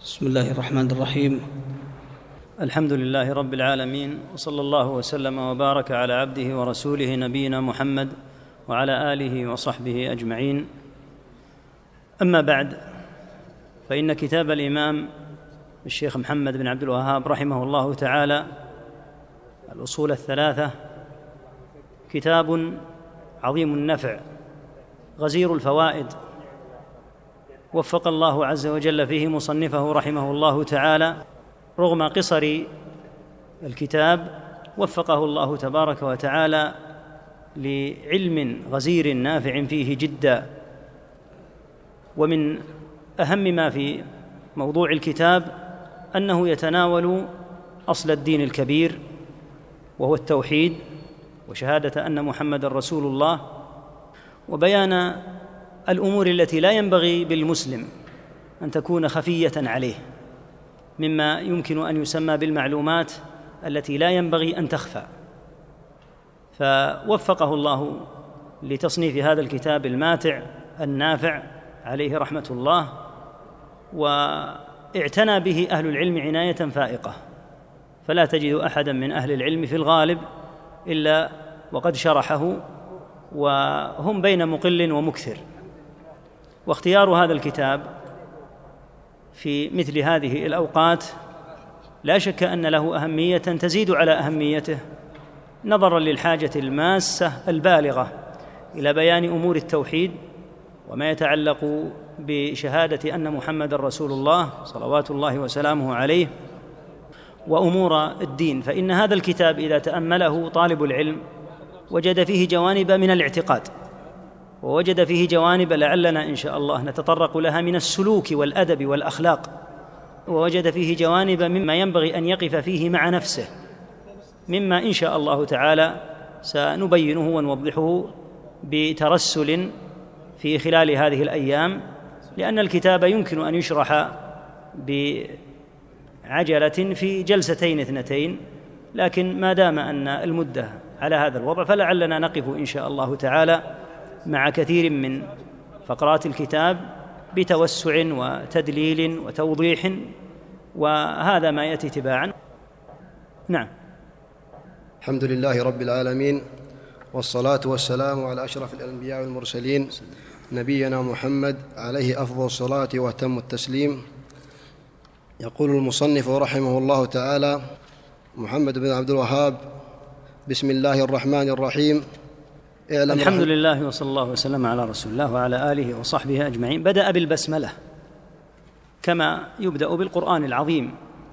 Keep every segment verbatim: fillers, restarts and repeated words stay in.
بسم الله الرحمن الرحيم. الحمد لله رب العالمين، وصلى الله وسلم وبارك على عبده ورسوله نبينا محمد وعلى آله وصحبه أجمعين. أما بعد، فإن كتاب الإمام الشيخ محمد بن عبد الوهاب رحمه الله تعالى الأصول الثلاثة كتاب عظيم النفع غزير الفوائد، وفق الله عز وجل فيه مصنفه رحمه الله تعالى. رغم قصر الكتاب وفقه الله تبارك وتعالى لعلم غزير نافع فيه جدا. ومن أهم ما في موضوع الكتاب أنه يتناول أصل الدين الكبير، وهو التوحيد وشهادة أن محمدًا رسول الله، وبيان الأمور التي لا ينبغي بالمسلم أن تكون خفية عليه، مما يمكن أن يسمى بالمعلومات التي لا ينبغي أن تخفى. فوفقه الله لتصنيف هذا الكتاب الماتع النافع عليه رحمة الله، واعتنى به أهل العلم عناية فائقة، فلا تجد أحدا من أهل العلم في الغالب إلا وقد شرحه، وهم بين مقل ومكثر. واختيار هذا الكتاب في مثل هذه الأوقات لا شك أن له أهمية تزيد على أهميته، نظراً للحاجة الماسة البالغة إلى بيان أمور التوحيد وما يتعلق بشهادة أن محمدًا رسول الله صلوات الله وسلامه عليه، وأمور الدين. فإن هذا الكتاب إذا تأمله طالب العلم وجد فيه جوانب من الاعتقاد، ووجد فيه جوانب لعلنا إن شاء الله نتطرق لها من السلوك والأدب والأخلاق، ووجد فيه جوانب مما ينبغي أن يقف فيه مع نفسه، مما إن شاء الله تعالى سنبينه ونوضحه بترسل في خلال هذه الأيام، لأن الكتاب يمكن أن يشرح بعجلة في جلستين اثنتين، لكن ما دام أن المدة على هذا الوضع فلعلنا نقف إن شاء الله تعالى مع كثير من فقرات الكتاب بتوسع وتدليل وتوضيح، وهذا ما يأتي تباعا. نعم. الحمد لله رب العالمين، والصلاة والسلام على أشرف الأنبياء والمرسلين نبينا محمد عليه أفضل الصلاة وأتم التسليم. يقول المصنف رحمه الله تعالى: محمد بن عبد الوهاب، بسم الله الرحمن الرحيم. الحمد لله، وصلى الله وسلم على رسول الله وعلى آله وصحبه أجمعين. بدأ بالبسملة كما يبدأ بالقرآن العظيم،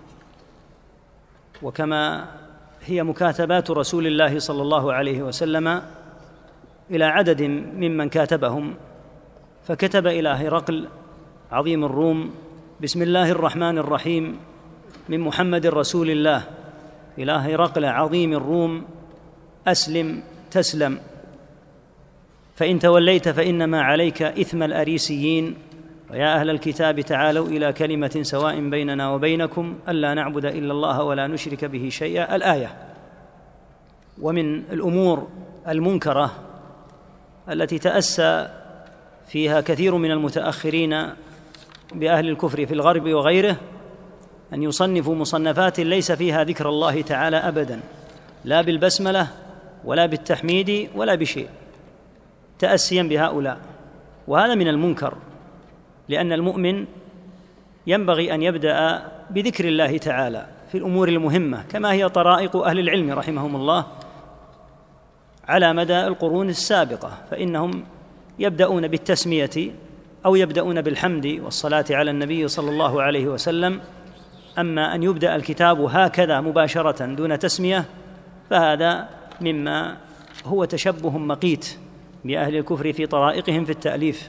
وكما هي مكاتبات رسول الله صلى الله عليه وسلم إلى عدد ممن كاتبهم، فكتب إلى هرقل عظيم الروم: بسم الله الرحمن الرحيم من محمد رسول الله إلى هرقل عظيم الروم، أسلم تسلم، فإن توليت فإنما عليك إثم الأريسيين، ويا أهل الكتاب تعالوا إلى كلمة سواء بيننا وبينكم ألا نعبد إلا الله ولا نشرك به شيئا. الآية. ومن الأمور المنكرة التي تأسى فيها كثير من المتأخرين بأهل الكفر في الغرب وغيره أن يصنفوا مصنفات ليس فيها ذكر الله تعالى أبداً، لا بالبسملة ولا بالتحميد ولا بشيء، تأسياً بهؤلاء، وهذا من المنكر، لأن المؤمن ينبغي أن يبدأ بذكر الله تعالى في الأمور المهمة، كما هي طرائق أهل العلم رحمهم الله على مدى القرون السابقة، فإنهم يبدأون بالتسمية أو يبدأون بالحمد والصلاة على النبي صلى الله عليه وسلم. أما أن يبدأ الكتاب هكذا مباشرة دون تسمية فهذا مما هو تشبه مقيت بأهل الكفر في طرائقهم في التأليف.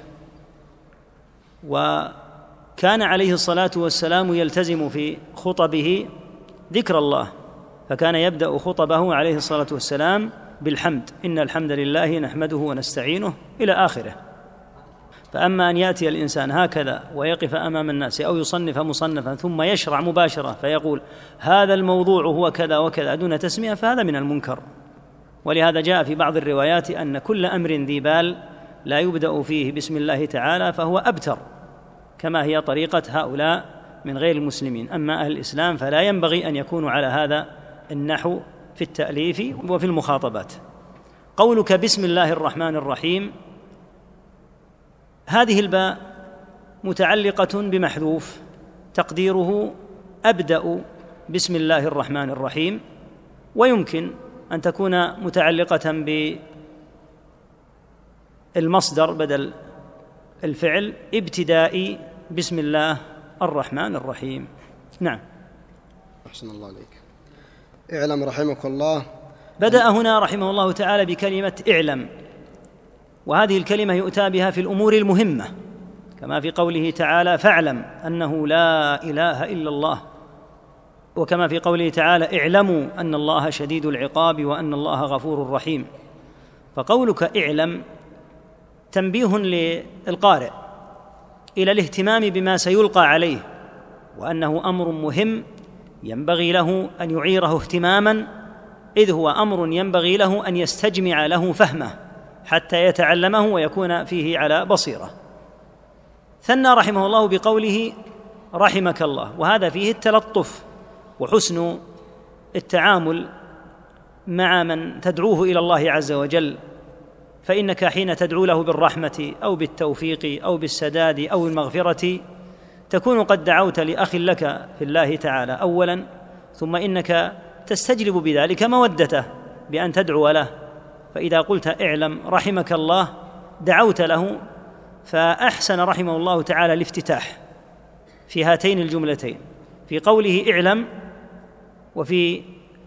وكان عليه الصلاة والسلام يلتزم في خطبه ذكر الله، فكان يبدأ خطبه عليه الصلاة والسلام بالحمد: إن الحمد لله نحمده ونستعينه إلى آخره. فأما أن يأتي الإنسان هكذا ويقف أمام الناس أو يصنف مصنفا ثم يشرع مباشرة فيقول هذا الموضوع هو كذا وكذا دون تسمية، فهذا من المنكر. ولهذا جاء في بعض الروايات أن كل أمر ذي بال لا يبدأ فيه بسم الله تعالى فهو أبتر، كما هي طريقة هؤلاء من غير المسلمين. أما أهل الإسلام فلا ينبغي أن يكونوا على هذا النحو في التأليف وفي المخاطبات. قولك بسم الله الرحمن الرحيم، هذه الباء متعلقة بمحذوف تقديره أبدأ بسم الله الرحمن الرحيم، ويمكن أن تكون متعلقة بالمصدر بدل الفعل ابتدائي بسم الله الرحمن الرحيم. نعم. أحسن الله عليك. اعلم رحمك الله. بدأ هنا رحمه الله تعالى بكلمة اعلم، وهذه الكلمة يؤتى بها في الأمور المهمة، كما في قوله تعالى فاعلم أنه لا إله إلا الله، وكما في قوله تعالى اعلموا أن الله شديد العقاب وأن الله غفور رحيم. فقولك اعلم تنبيه للقارئ إلى الاهتمام بما سيلقى عليه، وأنه أمر مهم ينبغي له أن يعيره اهتماما، إذ هو أمر ينبغي له أن يستجمع له فهمه حتى يتعلمه ويكون فيه على بصيرة. ثنى رحمه الله بقوله رحمك الله، وهذا فيه التلطف وحسن التعامل مع من تدعوه إلى الله عز وجل، فإنك حين تدعو له بالرحمة أو بالتوفيق أو بالسداد أو المغفرة تكون قد دعوت لأخ لك في الله تعالى أولا، ثم إنك تستجلب بذلك مودته بأن تدعو له. فإذا قلت اعلم رحمك الله دعوت له، فأحسن رحمه الله تعالى الافتتاح في هاتين الجملتين، في قوله اعلم وفي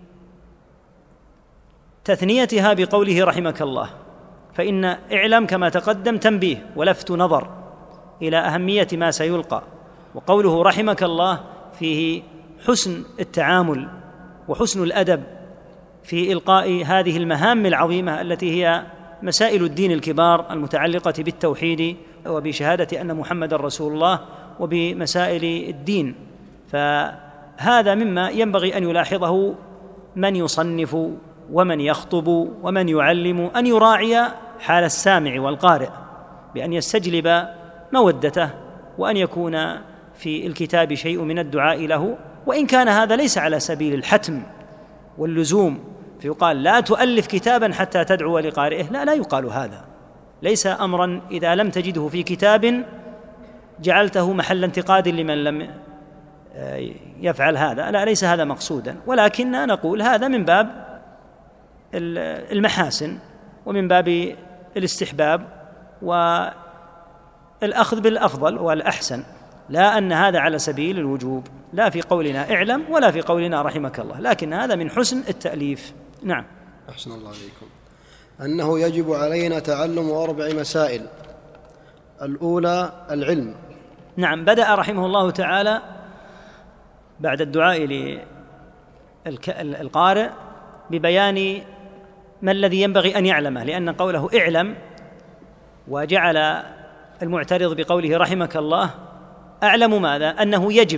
تثنيتها بقوله رحمك الله. فإن اعلم كما تقدم تنبيه ولفت نظر إلى أهمية ما سيلقى، وقوله رحمك الله فيه حسن التعامل وحسن الأدب في إلقاء هذه المهام العظيمة التي هي مسائل الدين الكبار المتعلقة بالتوحيد وبشهادة أن محمد رسول الله وبمسائل الدين. فهذا مما ينبغي أن يلاحظه من يصنف ومن يخطب ومن يعلم، أن يراعي حال السامع والقارئ بأن يستجلب مودته، وأن يكون في الكتاب شيء من الدعاء له، وإن كان هذا ليس على سبيل الحتم واللزوم، فيقال لا تؤلف كتابا حتى تدعو لقارئه، لا لا يقال هذا، ليس أمرا إذا لم تجده في كتاب جعلته محل انتقاد لمن لم يفعل هذا، لا ليس هذا مقصودا، ولكن نقول هذا من باب المحاسن ومن باب الاستحباب والأخذ بالأفضل والأحسن، لا أن هذا على سبيل الوجوب، لا في قولنا اعلم ولا في قولنا رحمك الله، لكن هذا من حسن التأليف. نعم. أحسن الله عليكم. أنه يجب علينا تعلم أربع مسائل. الأولى العلم. نعم. بدأ رحمه الله تعالى بعد الدعاء للقارئ ببيان ما الذي ينبغي أن يعلمه، لأن قوله اعلم وجعل المعترض بقوله رحمك الله أعلم ماذا؟ أنه يجب،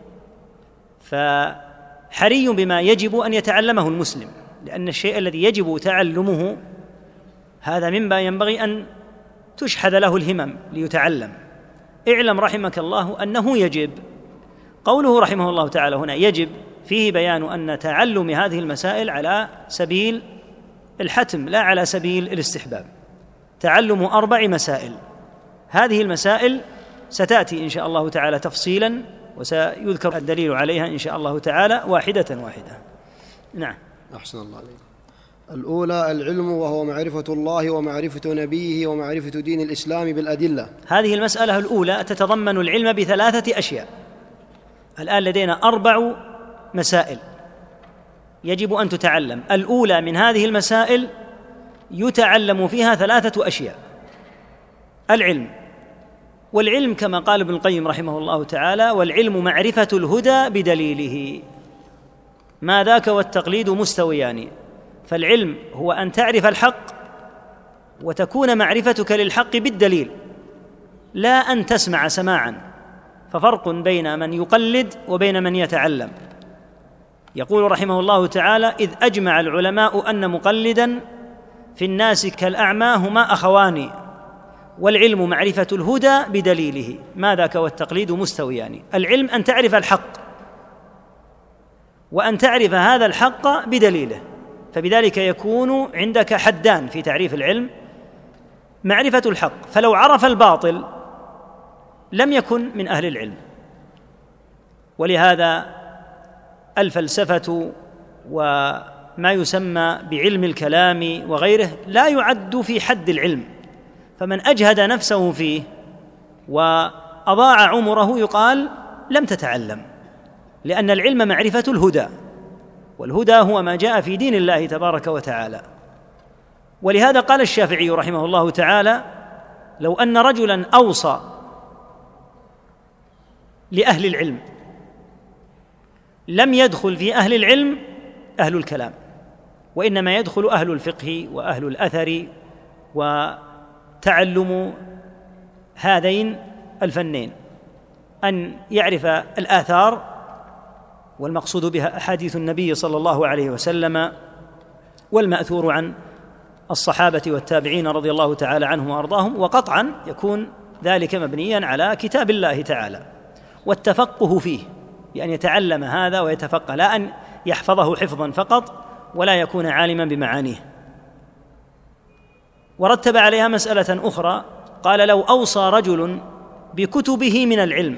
فحري بما يجب أن يتعلمه المسلم، لأن الشيء الذي يجب تعلمه هذا مما ينبغي أن تشحذ له الهمم ليتعلم. اعلم رحمك الله أنه يجب. قوله رحمه الله تعالى هنا يجب فيه بيان أن تعلم هذه المسائل على سبيل الحتم لا على سبيل الاستحباب. تعلم أربع مسائل، هذه المسائل ستأتي إن شاء الله تعالى تفصيلا، وسيذكر الدليل عليها إن شاء الله تعالى واحدة واحدة. نعم. أحسن الله عليك. الأولى العلم، وهو معرفة الله ومعرفة نبيه ومعرفة دين الإسلام بالأدلة. هذه المسألة الأولى تتضمن العلم بثلاثة أشياء. الآن لدينا أربع مسائل يجب أن تتعلم. الأولى من هذه المسائل يتعلم فيها ثلاثة أشياء: العلم، والعلم كما قال ابن القيم رحمه الله تعالى والعلم معرفة الهدى بدليله، ما ذاك والتقليد مستويان. فالعلم هو أن تعرف الحق وتكون معرفتك للحق بالدليل، لا أن تسمع سماعا، ففرق بين من يقلد وبين من يتعلم. يقول رحمه الله تعالى إذ أجمع العلماء أن مقلدا في الناس كالأعمى هما أخوان، والعلم معرفة الهدى بدليله. ما ذاك والتقليد مستويان. يعني العلم أن تعرف الحق، وأن تعرف هذا الحق بدليله، فبذلك يكون عندك حدان في تعريف العلم: معرفة الحق، فلو عرف الباطل لم يكن من أهل العلم. ولهذا الفلسفة وما يسمى بعلم الكلام وغيره لا يعد في حد العلم، فمن أجهد نفسه فيه وأضاع عمره يقال لم تتعلم، لأن العلم معرفة الهدى، والهدى هو ما جاء في دين الله تبارك وتعالى. ولهذا قال الشافعي رحمه الله تعالى: لو أن رجلا أوصى لأهل العلم لم يدخل في أهل العلم أهل الكلام، وإنما يدخل أهل الفقه وأهل الأثر وتعلم هذين الفنين، أن يعرف الآثار، والمقصود بها أحاديث النبي صلى الله عليه وسلم والمأثور عن الصحابة والتابعين رضي الله تعالى عنهم وأرضاهم، وقطعا يكون ذلك مبنيا على كتاب الله تعالى، والتفقه فيه بأن يتعلم هذا ويتفقه، لا أن يحفظه حفظا فقط ولا يكون عالما بمعانيه. ورتب عليها مسألة أخرى، قال: لو أوصى رجل بكتبه من العلم،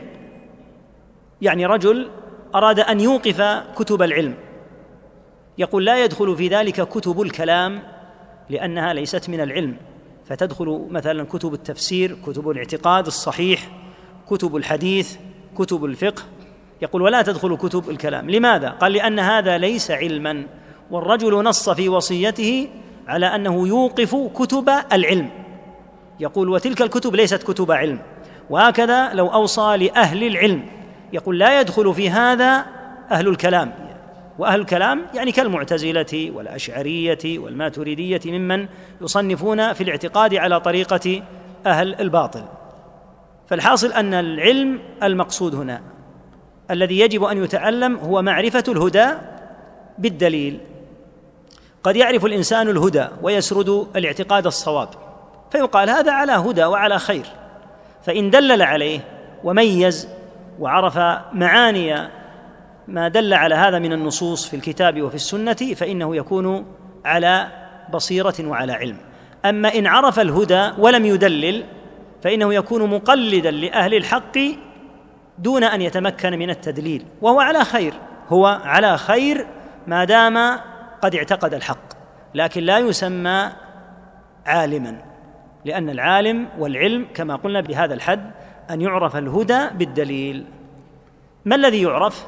يعني رجل أراد أن يوقف كتب العلم، يقول لا يدخل في ذلك كتب الكلام لأنها ليست من العلم، فتدخل مثلا كتب التفسير، كتب الاعتقاد الصحيح، كتب الحديث، كتب الفقه، يقول ولا تدخل كتب الكلام. لماذا؟ قال: لأن هذا ليس علما، والرجل نص في وصيته على أنه يوقف كتب العلم، يقول وتلك الكتب ليست كتب علم. وهكذا لو أوصى لأهل العلم يقول لا يدخل في هذا أهل الكلام، وأهل الكلام يعني كالمعتزلة والأشعرية والماتريدية ممن يصنفون في الاعتقاد على طريقة أهل الباطل. فالحاصل أن العلم المقصود هنا الذي يجب أن يتعلم هو معرفة الهدى بالدليل. قد يعرف الإنسان الهدى ويسرد الاعتقاد الصواب، فيقال هذا على هدى وعلى خير، فإن دلل عليه وميز وعرف معاني ما دل على هذا من النصوص في الكتاب وفي السنة فإنه يكون على بصيرة وعلى علم. أما إن عرف الهدى ولم يدلل فإنه يكون مقلدا لأهل الحق دون أن يتمكن من التدليل، وهو على خير، هو على خير ما دام قد اعتقد الحق، لكن لا يسمى عالما، لأن العالم والعلم كما قلنا بهذا الحد أن يعرف الهدى بالدليل. ما الذي يعرف؟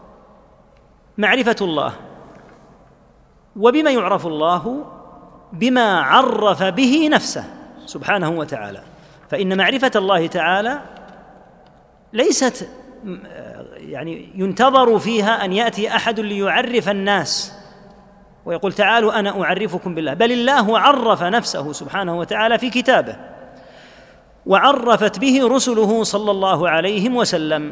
معرفة الله. وبما يعرف الله؟ بما عرف به نفسه سبحانه وتعالى، فإن معرفة الله تعالى ليست يعني ينتظر فيها أن يأتي أحد ليعرف الناس ويقول تعالوا أنا أعرفكم بالله، بل الله عرف نفسه سبحانه وتعالى في كتابه، وعرفت به رسله صلى الله عليه وسلم.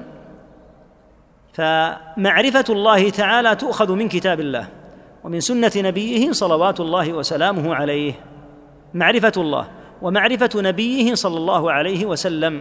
فمعرفة الله تعالى تؤخذ من كتاب الله ومن سنة نبيه صلوات الله وسلامه عليه، معرفة الله ومعرفة نبيه صلى الله عليه وسلم.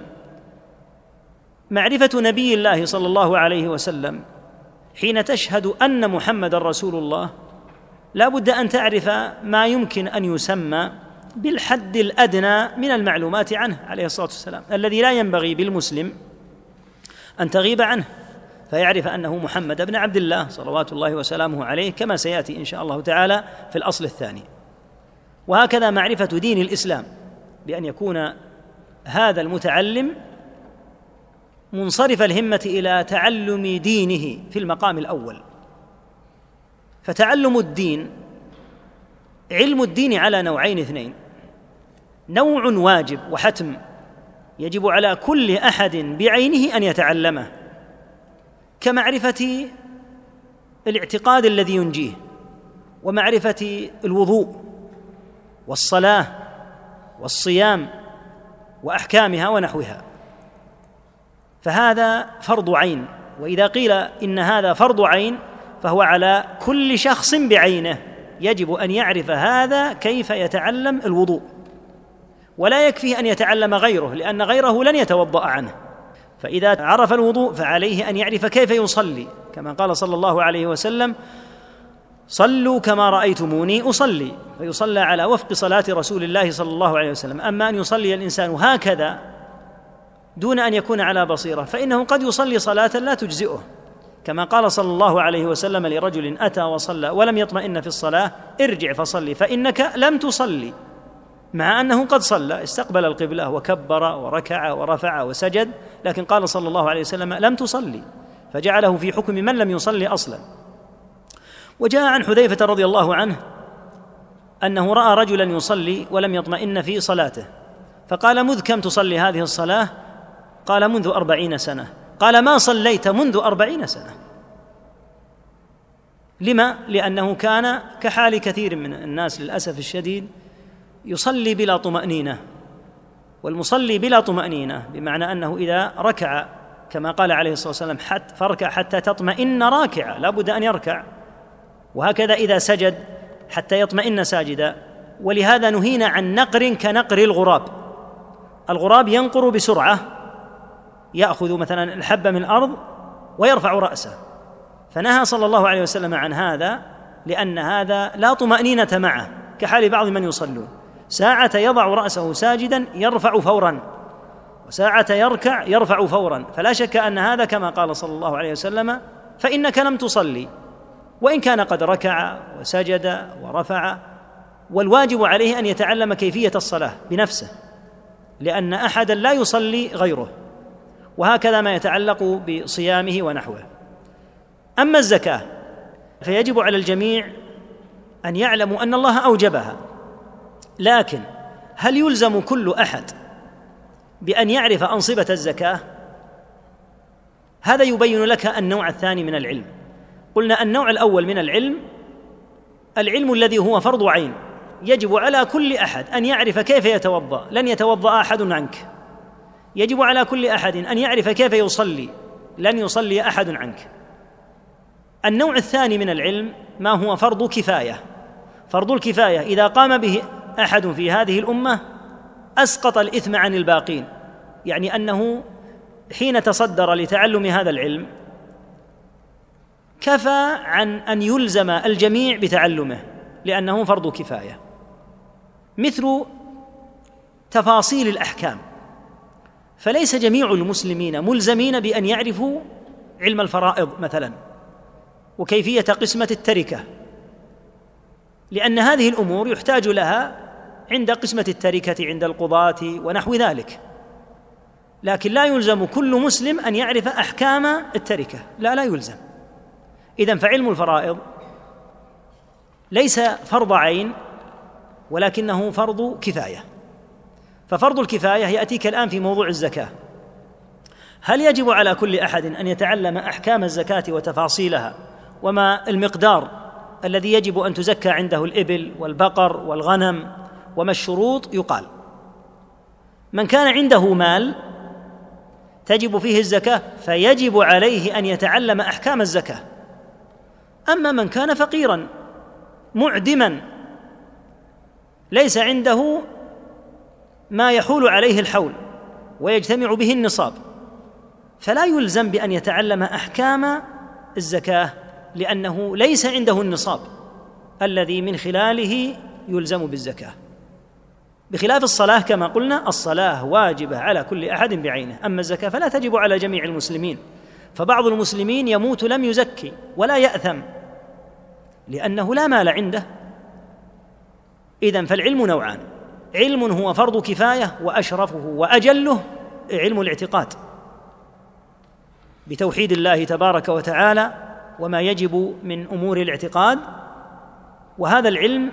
معرفة نبي الله صلى الله عليه وسلم حين تشهد أن محمد رسول الله لا بد أن تعرف ما يمكن أن يسمى بالحد الأدنى من المعلومات عنه عليه الصلاة والسلام، الذي لا ينبغي بالمسلم أن تغيب عنه، فيعرف أنه محمد بن عبد الله صلوات الله وسلامه عليه كما سيأتي إن شاء الله تعالى في الأصل الثاني. وهكذا معرفة دين الإسلام بأن يكون هذا المتعلم منصرف الهمة إلى تعلم دينه في المقام الأول. فتعلم الدين، علم الدين على نوعين اثنين: نوع واجب وحتم يجب على كل أحد بعينه أن يتعلمه، كمعرفة الاعتقاد الذي ينجيه، ومعرفة الوضوء والصلاة والصيام وأحكامها ونحوها، فهذا فرض عين. وإذا قيل إن هذا فرض عين فهو على كل شخص بعينه، يجب أن يعرف هذا كيف يتعلم الوضوء ولا يكفيه أن يتعلم غيره، لأن غيره لن يتوضأ عنه. فإذا عرف الوضوء فعليه أن يعرف كيف يصلي، كما قال صلى الله عليه وسلم: صلوا كما رأيتموني أصلي، فيصلى على وفق صلاة رسول الله صلى الله عليه وسلم. أما أن يصلي الإنسان هكذا دون أن يكون على بصيرة فإنه قد يصلي صلاة لا تجزئه، كما قال صلى الله عليه وسلم لرجل أتى وصلى ولم يطمئن في الصلاة: ارجع فصلي فإنك لم تصلي، مع أنه قد صلى، استقبل القبلة وكبر وركع ورفع وسجد، لكن قال صلى الله عليه وسلم: لم تصلي، فجعله في حكم من لم يصلي أصلا. وجاء عن حذيفة رضي الله عنه أنه رأى رجلا يصلي ولم يطمئن في صلاته، فقال: مذ كم تصلي هذه الصلاة؟ قال: منذ أربعين سنة. قال: ما صليت منذ أربعين سنة. لما؟ لأنه كان كحال كثير من الناس للأسف الشديد، يصلي بلا طمأنينة. والمصلي بلا طمأنينة بمعنى أنه إذا ركع كما قال عليه الصلاة والسلام: حتى فاركع حتى تطمئن راكعا، لا بد أن يركع، وهكذا إذا سجد حتى يطمئن ساجدا. ولهذا نهينا عن نقر كنقر الغراب. الغراب ينقر بسرعة، يأخذ مثلا الحبة من الأرض ويرفع رأسه، فنهى صلى الله عليه وسلم عن هذا، لأن هذا لا طمأنينة معه، كحال بعض من يصلون، ساعة يضع رأسه ساجدا يرفع فورا، وساعة يركع يرفع فورا، فلا شك أن هذا كما قال صلى الله عليه وسلم: فإنك لم تصلي، وإن كان قد ركع وسجد ورفع. والواجب عليه أن يتعلم كيفية الصلاة بنفسه، لأن أحدا لا يصلي غيره، وهكذا ما يتعلق بصيامه ونحوه. أما الزكاة فيجب على الجميع أن يعلموا أن الله أوجبها، لكن هل يلزم كل أحد بأن يعرف أنصبة الزكاة؟ هذا يبين لك النوع الثاني من العلم. قلنا النوع الأول من العلم العلم الذي هو فرض عين، يجب على كل أحد أن يعرف كيف يتوضأ، لن يتوضأ أحد عنك. يجب على كل أحد أن يعرف كيف يصلي، لن يصلي أحد عنك. النوع الثاني من العلم ما هو فرض كفاية. فرض الكفاية إذا قام به أحد في هذه الأمة أسقط الإثم عن الباقين، يعني أنه حين تصدر لتعلم هذا العلم كفى عن أن يلزم الجميع بتعلمه، لأنه فرض كفاية. مثل تفاصيل الأحكام، فليس جميع المسلمين ملزمين بأن يعرفوا علم الفرائض مثلا وكيفية قسمة التركة، لأن هذه الأمور يحتاج لها عند قسمة التركة عند القضاة ونحو ذلك، لكن لا يلزم كل مسلم أن يعرف أحكام التركة، لا لا يلزم. إذن فعلم الفرائض ليس فرض عين ولكنه فرض كفاية. ففرض الكفاية يأتيك الآن في موضوع الزكاة. هل يجب على كل أحد أن يتعلم أحكام الزكاة وتفاصيلها وما المقدار الذي يجب أن تزكى عنده الإبل والبقر والغنم وما الشروط؟ يقال من كان عنده مال تجب فيه الزكاة فيجب عليه أن يتعلم أحكام الزكاة. أما من كان فقيرا معدما ليس عنده ما يحول عليه الحول ويجتمع به النصاب فلا يلزم بأن يتعلم أحكام الزكاة، لأنه ليس عنده النصاب الذي من خلاله يلزم بالزكاة. بخلاف الصلاة كما قلنا الصلاة واجبة على كل أحد بعينه، أما الزكاة فلا تجب على جميع المسلمين. فبعض المسلمين يموت لم يزكي ولا يأثم لأنه لا مال عنده. إذن فالعلم نوعان: علم هو فرض كفاية وأشرفه وأجله علم الاعتقاد بتوحيد الله تبارك وتعالى وما يجب من أمور الاعتقاد، وهذا العلم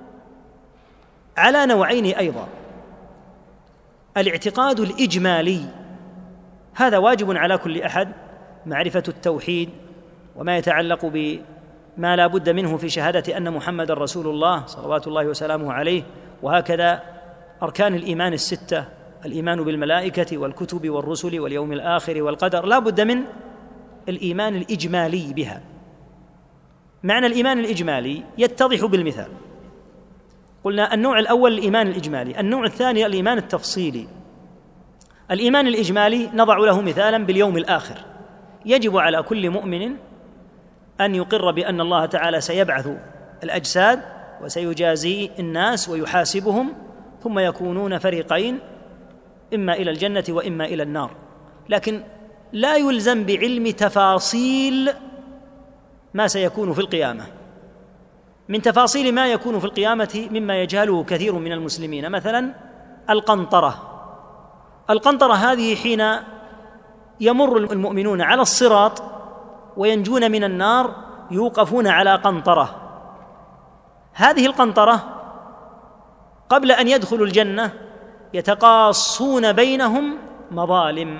على نوعين أيضا: الاعتقاد الإجمالي هذا واجب على كل أحد، معرفة التوحيد وما يتعلق بما لا بد منه في شهادة أن محمد رسول الله صلوات الله وسلامه عليه، وهكذا أركان الإيمان الستة: الإيمان بالملائكة والكتب والرسل واليوم الآخر والقدر، لا بد من الإيمان الإجمالي بها. معنى الإيمان الإجمالي يتضح بالمثال: قلنا النوع الأول الإيمان الإجمالي، النوع الثاني الإيمان التفصيلي. الإيمان الإجمالي نضع له مثالا باليوم الآخر. يجب على كل مؤمن أن يقر بأن الله تعالى سيبعث الأجساد وسيجازي الناس ويحاسبهم، ثم يكونون فريقين، إما إلى الجنة وإما إلى النار، لكن لا يلزم بعلم تفاصيل ما سيكون في القيامة. من تفاصيل ما يكون في القيامة مما يجهله كثير من المسلمين، مثلا القنطرة. القنطرة هذه حين يمر المؤمنون على الصراط وينجون من النار يوقفون على قنطرة. هذه القنطرة قبل أن يدخلوا الجنة يتقاصون بينهم مظالم،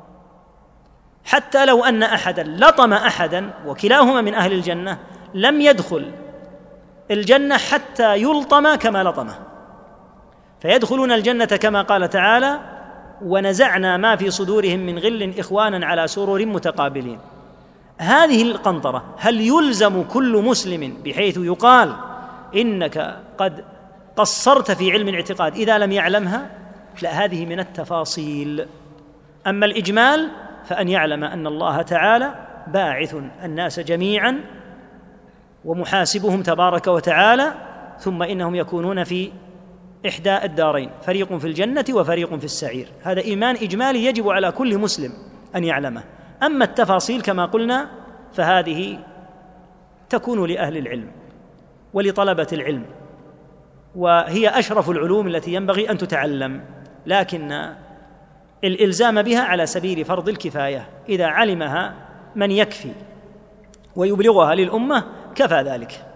حتى لو أن أحدا لطم أحدا وكلاهما من أهل الجنة لم يدخل الجنة حتى يلطم كما لطمه، فيدخلون الجنة كما قال تعالى: ونزعنا ما في صدورهم من غل إخوانا على سرر متقابلين. هذه القنطرة هل يلزم كل مسلم بحيث يقال إنك قد قصرت في علم الاعتقاد إذا لم يعلمها؟ لا، هذه من التفاصيل. أما الإجمال فأن يعلم أن الله تعالى باعث الناس جميعا ومحاسبهم تبارك وتعالى، ثم إنهم يكونون في إحدى الدارين، فريق في الجنة وفريق في السعير. هذا إيمان إجمالي يجب على كل مسلم أن يعلمه. أما التفاصيل كما قلنا فهذه تكون لأهل العلم ولطلبة العلم، وهي أشرف العلوم التي ينبغي أن تتعلم، لكن الإلزام بها على سبيل فرض الكفاية. إذا علمها من يكفي ويبلغها للأمة كفى ذلك.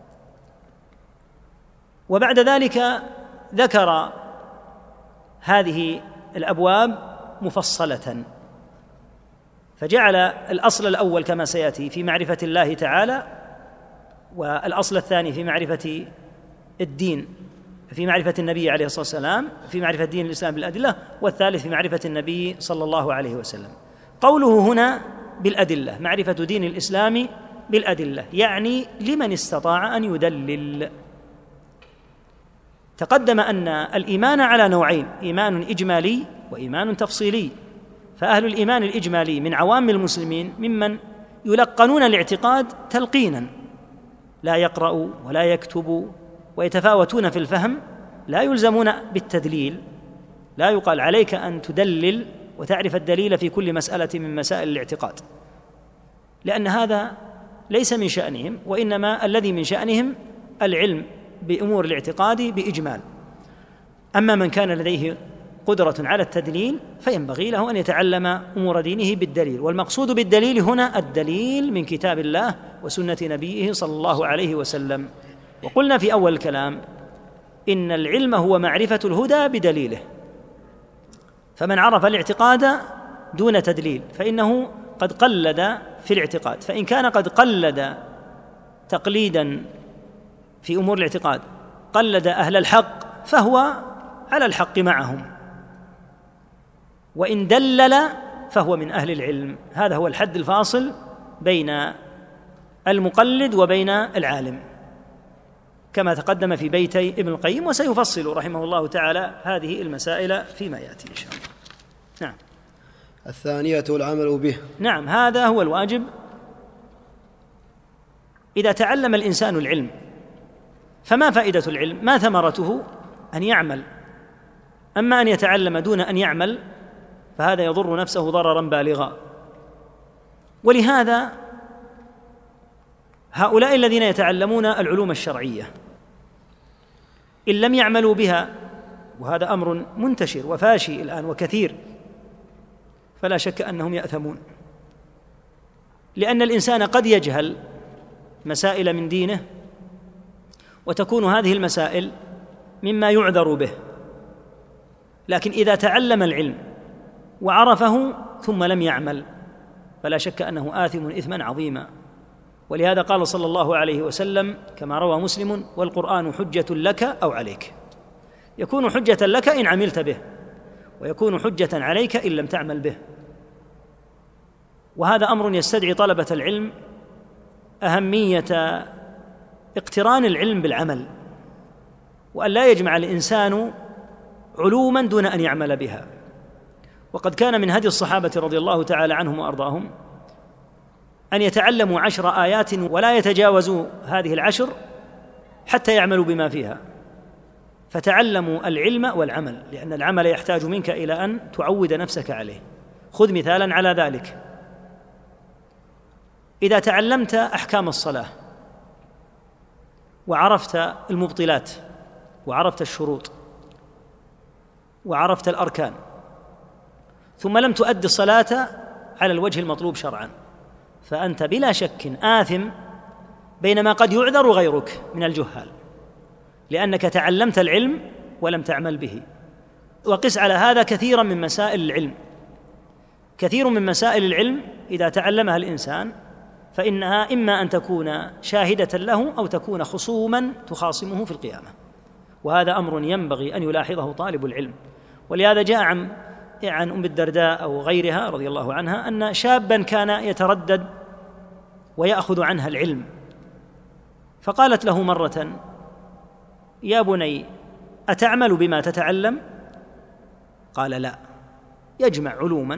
وبعد ذلك ذكر هذه الأبواب مفصلة، فجعل الأصل الأول كما سيأتي في معرفة الله تعالى، والأصل الثاني في معرفة الدين، في معرفة النبي عليه الصلاة والسلام، في معرفة دين الإسلام بالأدلة، والثالث في معرفة النبي صلى الله عليه وسلم. قوله هنا بالأدلة، معرفة دين الإسلام بالأدلة، يعني لمن استطاع أن يدلل. تقدم أن الإيمان على نوعين: إيمان إجمالي وإيمان تفصيلي. فأهل الإيمان الإجمالي من عوام المسلمين ممن يلقنون الاعتقاد تلقينا، لا يقرأوا ولا يكتبوا ويتفاوتون في الفهم، لا يلزمون بالتدليل، لا يقال عليك أن تدلل وتعرف الدليل في كل مسألة من مسائل الاعتقاد، لأن هذا ليس من شأنهم، وإنما الذي من شأنهم العلم بأمور الاعتقاد بإجمال. أما من كان لديه قدرة على التدليل فينبغي له أن يتعلم أمور دينه بالدليل، والمقصود بالدليل هنا الدليل من كتاب الله وسنة نبيه صلى الله عليه وسلم. وقلنا في أول الكلام إن العلم هو معرفة الهدى بدليله، فمن عرف الاعتقاد دون تدليل فإنه قد قلد في الاعتقاد، فإن كان قد قلد تقليدا في أمور الاعتقاد قلد أهل الحق فهو على الحق معهم، وإن دلل فهو من أهل العلم. هذا هو الحد الفاصل بين المقلد وبين العالم، كما تقدم في بيتي ابن القيم، وسيفصل رحمه الله تعالى هذه المسائل فيما يأتي إن شاء الله. نعم. الثانية العمل به. نعم، هذا هو الواجب. إذا تعلم الإنسان العلم فما فائدة العلم؟ ما ثمرته؟ أن يعمل. أما أن يتعلم دون أن يعمل فهذا يضر نفسه ضررا بالغا. ولهذا هؤلاء الذين يتعلمون العلوم الشرعية إن لم يعملوا بها، وهذا أمر منتشر وفاشي الآن وكثير، فلا شك أنهم يأثمون، لأن الإنسان قد يجهل مسائل من دينه وتكون هذه المسائل مما يعذر به، لكن إذا تعلم العلم وعرفه ثم لم يعمل فلا شك أنه آثم إثما عظيما. ولهذا قال صلى الله عليه وسلم كما روى مسلم: والقرآن حجة لك أو عليك. يكون حجة لك إن عملت به، ويكون حجة عليك إن لم تعمل به. وهذا أمر يستدعي طلبة العلم أهمية اقتران العلم بالعمل، وأن لا يجمع الإنسان علوما دون أن يعمل بها. وقد كان من هدي الصحابة رضي الله تعالى عنهم وأرضاهم أن يتعلموا عشر آيات ولا يتجاوزوا هذه العشر حتى يعملوا بما فيها، فتعلموا العلم والعمل، لأن العمل يحتاج منك إلى أن تعود نفسك عليه. خذ مثالا على ذلك: إذا تعلمت أحكام الصلاة وعرفت المبطلات وعرفت الشروط وعرفت الأركان، ثم لم تؤدي الصلاة على الوجه المطلوب شرعا، فأنت بلا شك آثم، بينما قد يعذر غيرك من الجهال، لأنك تعلمت العلم ولم تعمل به. وقس على هذا كثيرا من مسائل العلم. كثير من مسائل العلم إذا تعلمها الإنسان فإنها إما أن تكون شاهدة له أو تكون خصوما تخاصمه في القيامة، وهذا أمر ينبغي أن يلاحظه طالب العلم. ولهذا جاء عن عن أم الدرداء أو غيرها رضي الله عنها أن شابا كان يتردد ويأخذ عنها العلم، فقالت له مرة: يا بني، أتعمل بما تتعلم؟ قال: لا. يجمع علوما.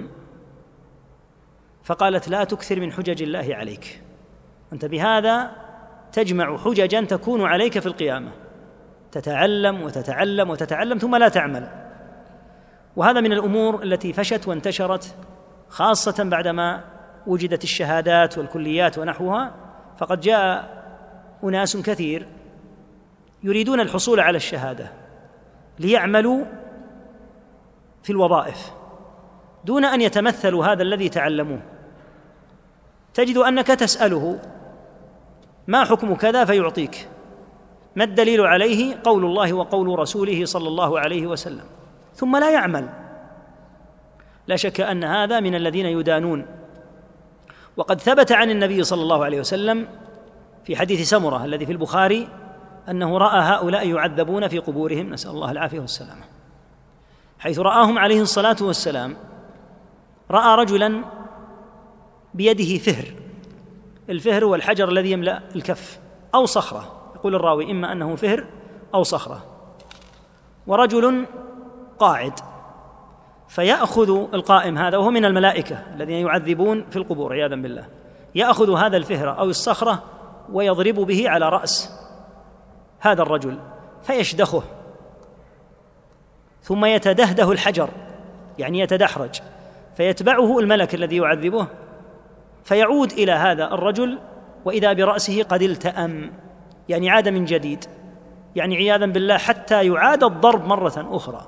فقالت: لا تكثر من حجج الله عليك، أنت بهذا تجمع حججا تكون عليك في القيامة، تتعلم وتتعلم وتتعلم ثم لا تعمل. وهذا من الأمور التي فشت وانتشرت، خاصة بعدما وجدت الشهادات والكليات ونحوها، فقد جاء أناس كثير يريدون الحصول على الشهادة ليعملوا في الوظائف دون أن يتمثلوا هذا الذي تعلموه. تجد أنك تسأله: ما حكم كذا؟ فيعطيك. ما الدليل عليه؟ قول الله وقول رسوله صلى الله عليه وسلم، ثم لا يعمل. لا شك أن هذا من الذين يدانون. وقد ثبت عن النبي صلى الله عليه وسلم في حديث سمرة الذي في البخاري أنه رأى هؤلاء يعذبون في قبورهم، نسأل الله العافية والسلامة، حيث رآهم عليه الصلاة والسلام. رأى رجلا بيده فهر، الفهر هو الحجر الذي يملأ الكف، أو صخرة، يقول الراوي إما أنه فهر أو صخرة، ورجل قاعد، فيأخذ القائم هذا وهو من الملائكة الذين يعذبون في القبور عياذا بالله، يأخذ هذا الفهر أو الصخرة ويضرب به على رأس هذا الرجل فيشدخه، ثم يتدهده الحجر، يعني يتدحرج، فيتبعه الملك الذي يعذبه، فيعود إلى هذا الرجل وإذا برأسه قد التأم، يعني عاد من جديد، يعني عياذا بالله حتى يعاد الضرب مرة أخرى.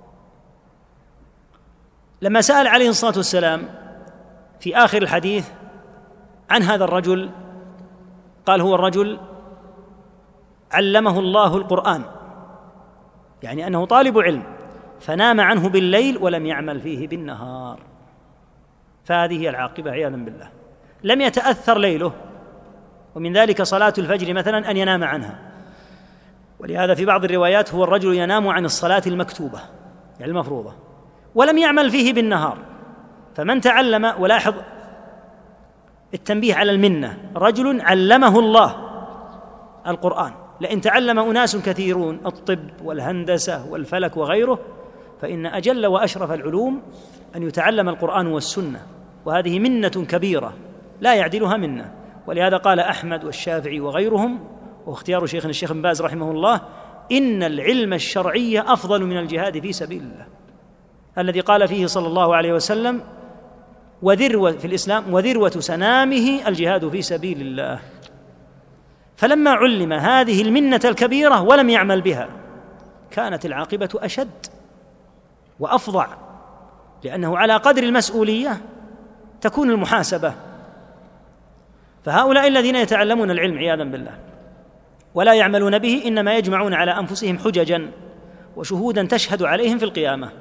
لما سأل عليه الصلاة والسلام في آخر الحديث عن هذا الرجل قال: هو الرجل علمه الله القرآن، يعني أنه طالب علم، فنام عنه بالليل ولم يعمل فيه بالنهار، فهذه هي العاقبة عياذا بالله. لم يتأثر ليله، ومن ذلك صلاة الفجر مثلا أن ينام عنها، ولهذا في بعض الروايات هو الرجل ينام عن الصلاة المكتوبة يعني المفروضة ولم يعمل فيه بالنهار. فمن تعلم، ولاحظ التنبيه على المنة، رجل علمه الله القرآن. لئن تعلم أناس كثيرون الطب والهندسة والفلك وغيره، فإن أجل وأشرف العلوم أن يتعلم القرآن والسنة، وهذه منة كبيرة لا يعدلها منة. ولهذا قال أحمد والشافعي وغيرهم، واختيار شيخنا الشيخ بن باز رحمه الله: إن العلم الشرعي أفضل من الجهاد في سبيل الله، الذي قال فيه صلى الله عليه وسلم: وذروة في الإسلام وذروة سنامه الجهاد في سبيل الله. فلما علم هذه المنة الكبيرة ولم يعمل بها كانت العاقبة أشد وأفظع، لأنه على قدر المسؤولية تكون المحاسبة. فهؤلاء الذين يتعلمون العلم عياذا بالله ولا يعملون به إنما يجمعون على أنفسهم حججا وشهودا تشهد عليهم في القيامة.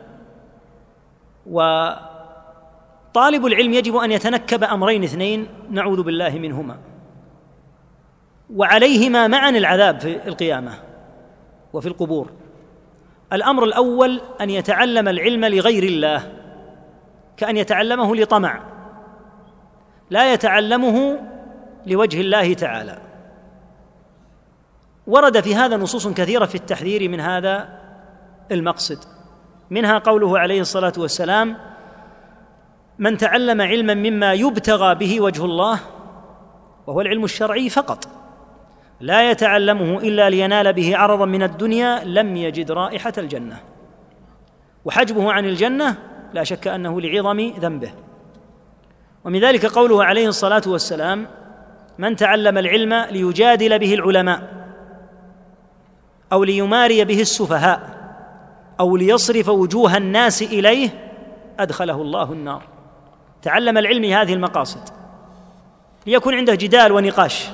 وطالب العلم يجب أن يتنكب أمرين اثنين نعوذ بالله منهما، وعليهما معا العذاب في القيامة وفي القبور. الأمر الأول أن يتعلم العلم لغير الله، كأن يتعلمه لطمع، لا يتعلمه لوجه الله تعالى. ورد في هذا نصوص كثيرة في التحذير من هذا المقصد، منها قوله عليه الصلاة والسلام: من تعلم علما مما يبتغى به وجه الله، وهو العلم الشرعي فقط، لا يتعلمه إلا لينال به عرضا من الدنيا، لم يجد رائحة الجنة. وحجبه عن الجنة لا شك أنه لعظم ذنبه. ومن ذلك قوله عليه الصلاة والسلام: من تعلم العلم ليجادل به العلماء، أو ليماري به السفهاء، أو ليصرف وجوه الناس إليه، أدخله الله النار. تعلم العلم هذه المقاصد، ليكون عنده جدال ونقاش،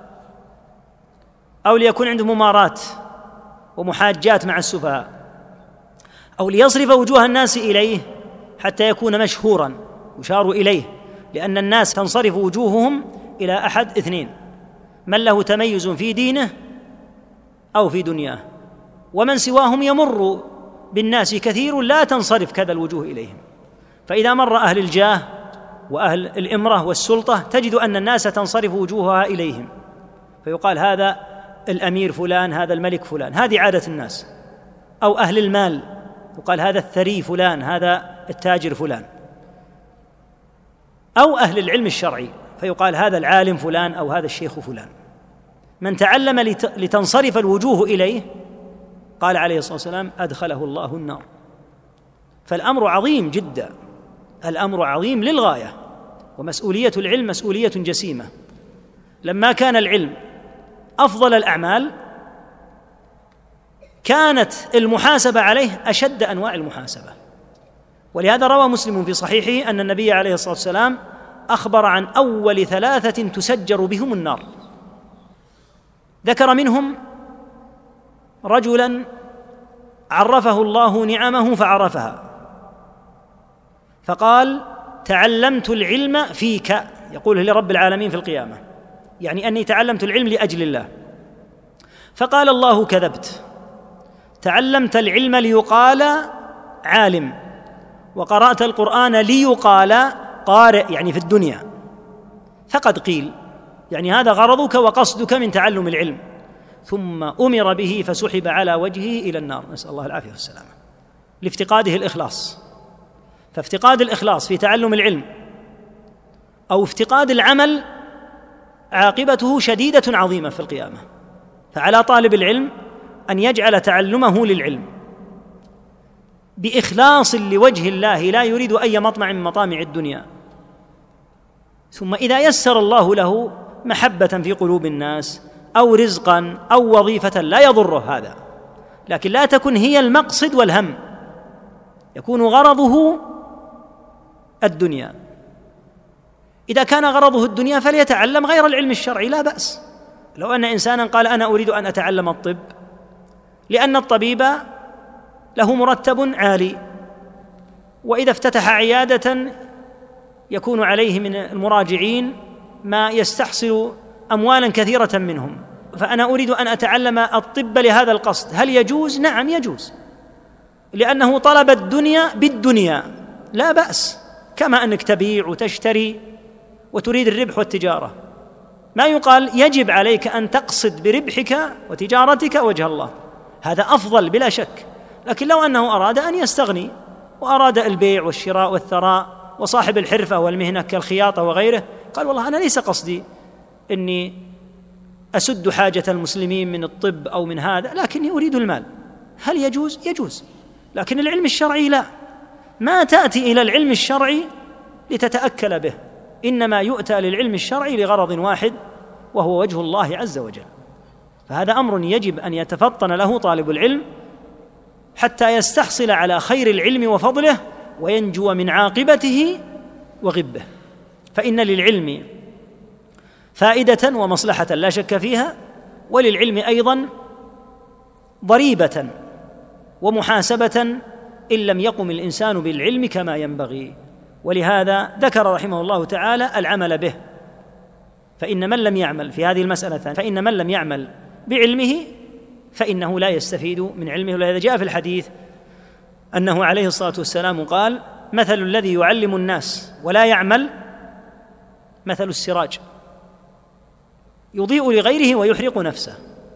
أو ليكون عنده ممارات ومحاجات مع السفهاء، أو ليصرف وجوه الناس إليه حتى يكون مشهورا يشار إليه، لأن الناس تنصرف وجوههم إلى أحد اثنين: من له تميز في دينه أو في دنياه، ومن سواهم يمر بالناس كثير لا تنصرف كذا الوجوه إليهم. فإذا مر أهل الجاه وأهل الإمرة والسلطة تجد أن الناس تنصرف وجوهها إليهم، فيقال هذا الأمير فلان، هذا الملك فلان، هذه عادة الناس. أو أهل المال يقال هذا الثري فلان، هذا التاجر فلان. أو أهل العلم الشرعي فيقال هذا العالم فلان أو هذا الشيخ فلان. من تعلم لتنصرف الوجوه إليه، قال عليه الصلاة والسلام: أدخله الله النار. فالأمر عظيم جدا، الأمر عظيم للغاية، ومسؤولية العلم مسؤولية جسيمة. لما كان العلم أفضل الأعمال كانت المحاسبة عليه أشد أنواع المحاسبة. ولهذا روى مسلم في صحيحه أن النبي عليه الصلاة والسلام أخبر عن أول ثلاثة تسجر بهم النار، ذكر منهم رجلا عرفه الله نعمه فعرفها، فقال: تعلمت العلم فيك، يقوله لرب العالمين في القيامة، يعني أني تعلمت العلم لأجل الله. فقال الله: كذبت، تعلمت العلم ليقال عالم، وقرأت القرآن ليقال قارئ، يعني في الدنيا، فقد قيل، يعني هذا غرضك وقصدك من تعلم العلم. ثم أمر به فسحب على وجهه إلى النار، نسأل الله العافية والسلامة، لافتقاده الإخلاص. فافتقاد الإخلاص في تعلم العلم أو افتقاد العمل عاقبته شديدة عظيمة في القيامة. فعلى طالب العلم أن يجعل تعلمه للعلم بإخلاص لوجه الله، لا يريد أي مطمع من مطامع الدنيا. ثم إذا يسر الله له محبة في قلوب الناس أو رزقا أو وظيفة لا يضره هذا، لكن لا تكن هي المقصد والهم، يكون غرضه الدنيا. إذا كان غرضه الدنيا فليتعلم غير العلم الشرعي، لا بأس. لو أن إنسانا قال: أنا أريد أن أتعلم الطب، لأن الطبيب له مرتب عالي، وإذا افتتح عيادة يكون عليه من المراجعين ما يستحصل أموالا كثيرة منهم، فأنا أريد أن أتعلم الطب لهذا القصد، هل يجوز؟ نعم يجوز، لأنه طلب الدنيا بالدنيا، لا بأس، كما أنك تبيع وتشتري وتريد الربح والتجارة. ما يقال يجب عليك أن تقصد بربحك وتجارتك وجه الله، هذا أفضل بلا شك. لكن لو أنه أراد أن يستغني وأراد البيع والشراء والثراء وصاحب الحرفة والمهنة كالخياطة وغيره، قال: والله أنا ليس قصدي أني أسد حاجة المسلمين من الطب أو من هذا، لكني أريد المال. هل يجوز؟ يجوز. لكن العلم الشرعي لا، ما تأتي إلى العلم الشرعي لتتأكل به، إنما يؤتى للعلم الشرعي لغرض واحد، وهو وجه الله عز وجل. فهذا أمر يجب أن يتفطن له طالب العلم حتى يستحصل على خير العلم وفضله وينجو من عاقبته وغبه. فإن للعلم فائدة ومصلحة لا شك فيها، وللعلم أيضا ضريبة ومحاسبة إن لم يقم الإنسان بالعلم كما ينبغي. ولهذا ذكر رحمه الله تعالى العمل به، فإن من لم يعمل في هذه المسألة الثانية، فإن من لم يعمل بعلمه فإنه لا يستفيد من علمه. ولهذا جاء في الحديث أنه عليه الصلاة والسلام قال: مثل الذي يعلم الناس ولا يعمل مثل السراج يضيء لغيره ويحرق نفسه.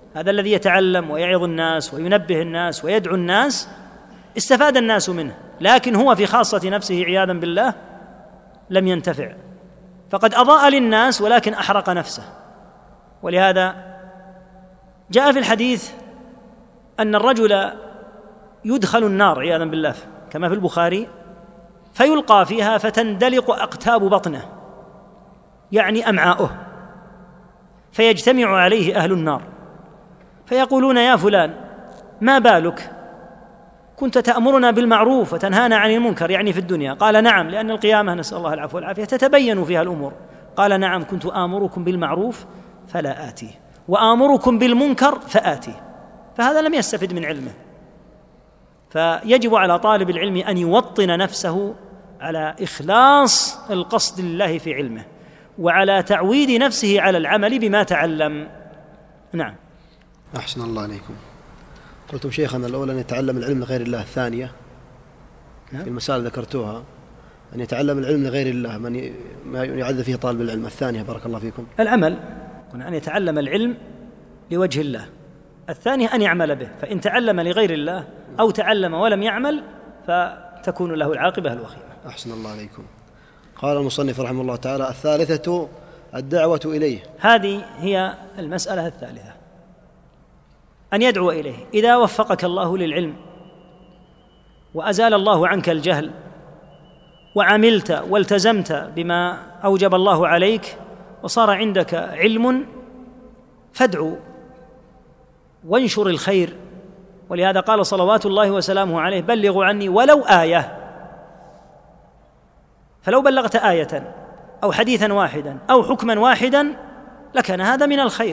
هذا الذي يتعلم ويعظ الناس وينبه الناس ويدعو الناس استفاد الناس منه، لكن هو في خاصة نفسه عياذا بالله لم ينتفع، فقد أضاء للناس ولكن أحرق نفسه. ولهذا جاء في الحديث أن الرجل يدخل النار عياذا بالله كما في البخاري فيلقى فيها فتندلق أقتاب بطنه، يعني أمعاؤه، فيجتمع عليه أهل النار فيقولون: يا فلان ما بالك؟ كنت تأمرنا بالمعروف وتنهانا عن المنكر، يعني في الدنيا. قال: نعم، لأن القيامة نسأل الله العفو والعافية تتبين فيها الأمور. قال: نعم، كنت آمركم بالمعروف فلا آتيه وآمركم بالمنكر فآتيه. فهذا لم يستفد من علمه. فيجب على طالب العلم أن يوطن نفسه على إخلاص القصد لله في علمه، وعلى تعويد نفسه على العمل بما تعلم. نعم. أحسن الله عليكم. قلتم شيخنا الأول أن يتعلم العلم لغير الله، الثانية في المسائل ذكرتوها أن يتعلم العلم لغير الله من ما يعد فيه طالب العلم. الثانية بارك الله فيكم العمل، أن يتعلم العلم لوجه الله. الثانية أن يعمل به، فإن تعلم لغير الله أو تعلم ولم يعمل فتكون له العاقبة الوخيمة. أحسن الله عليكم. قال المصنف رحمه الله تعالى: الثالثة الدعوة إليه. هذه هي المسألة الثالثة، أن يدعو إليه. إذا وفقك الله للعلم وأزال الله عنك الجهل وعملت والتزمت بما أوجب الله عليك وصار عندك علم، فادعو وانشر الخير. ولهذا قال صلوات الله وسلامه عليه: بلغوا عني ولو آية. فلو بلغت آية أو حديثا واحدا أو حكما واحدا لكان هذا من الخير.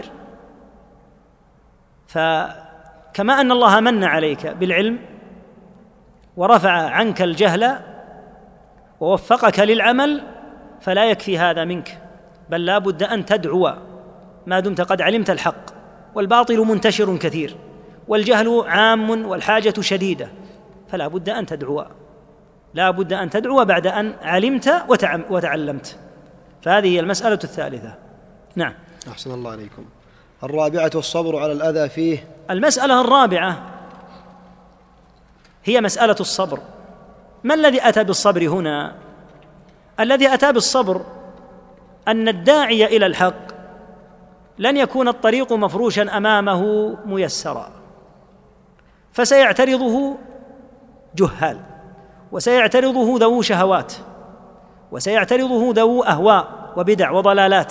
فكما أن الله من عليك بالعلم ورفع عنك الجهل ووفقك للعمل، فلا يكفي هذا منك، بل لا بد أن تدعو ما دمت قد علمت الحق. والباطل منتشر كثير والجهل عام والحاجة شديدة، فلا بد أن تدعو، لا بد أن تدعو بعد أن علمت وتعلمت. فهذه هي المسألة الثالثة. نعم. أحسن الله عليكم. الرابعة الصبر على الأذى فيه. المسألة الرابعة هي مسألة الصبر. ما الذي أتى بالصبر هنا؟ الذي أتى بالصبر أن الداعي إلى الحق لن يكون الطريق مفروشا أمامه ميسرا، فسيعترضه جهال، وسيعترضه ذو شهوات، وسيعترضه ذو أهواء وبدع وضلالات،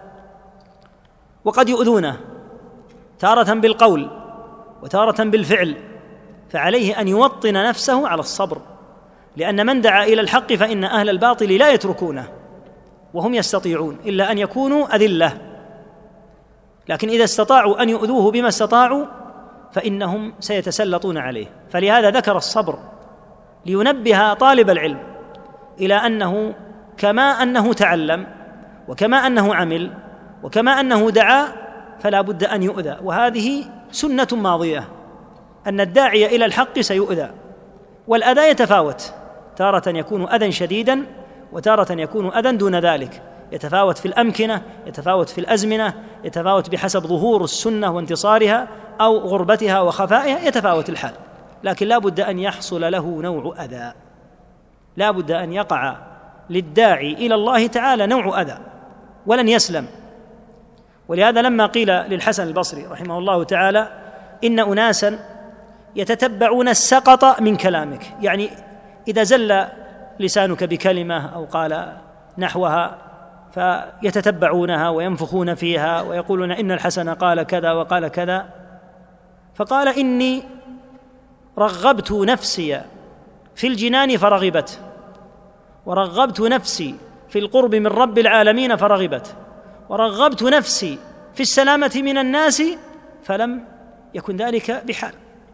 وقد يؤذونه تارة بالقول وتارة بالفعل. فعليه أن يوطن نفسه على الصبر، لأن من دعا إلى الحق فإن أهل الباطل لا يتركونه وهم يستطيعون إلا أن يكونوا أذلة، لكن إذا استطاعوا أن يؤذوه بما استطاعوا فإنهم سيتسلطون عليه. فلهذا ذكر الصبر لينبه طالب العلم إلى أنه كما أنه تعلم وكما أنه عمل وكما أنه دعا فلا بد أن يؤذى، وهذه سنة ماضية أن الداعي إلى الحق سيؤذى. والأذى يتفاوت، تارة يكون أذى شديدا وتارة يكون أذى دون ذلك، يتفاوت في الأمكنة، يتفاوت في الأزمنة، يتفاوت بحسب ظهور السنة وانتصارها أو غربتها وخفائها، يتفاوت الحال. لكن لا بد أن يحصل له نوع أذى، لا بد أن يقع للداعي إلى الله تعالى نوع أذى ولن يسلم. ولهذا لما قيل للحسن البصري رحمه الله تعالى: إن أناسا يتتبعون السقط من كلامك، يعني إذا زل لسانك بكلمة أو قال نحوها فيتتبعونها وينفخون فيها ويقولون إن الحسن قال كذا وقال كذا. فقال: إني رغبت نفسي في الجنان فرغبت، ورغبت نفسي في القرب من رب العالمين فرغبت، ورغبت نفسي في السلامة من الناس فلم يكن ذلك بحال.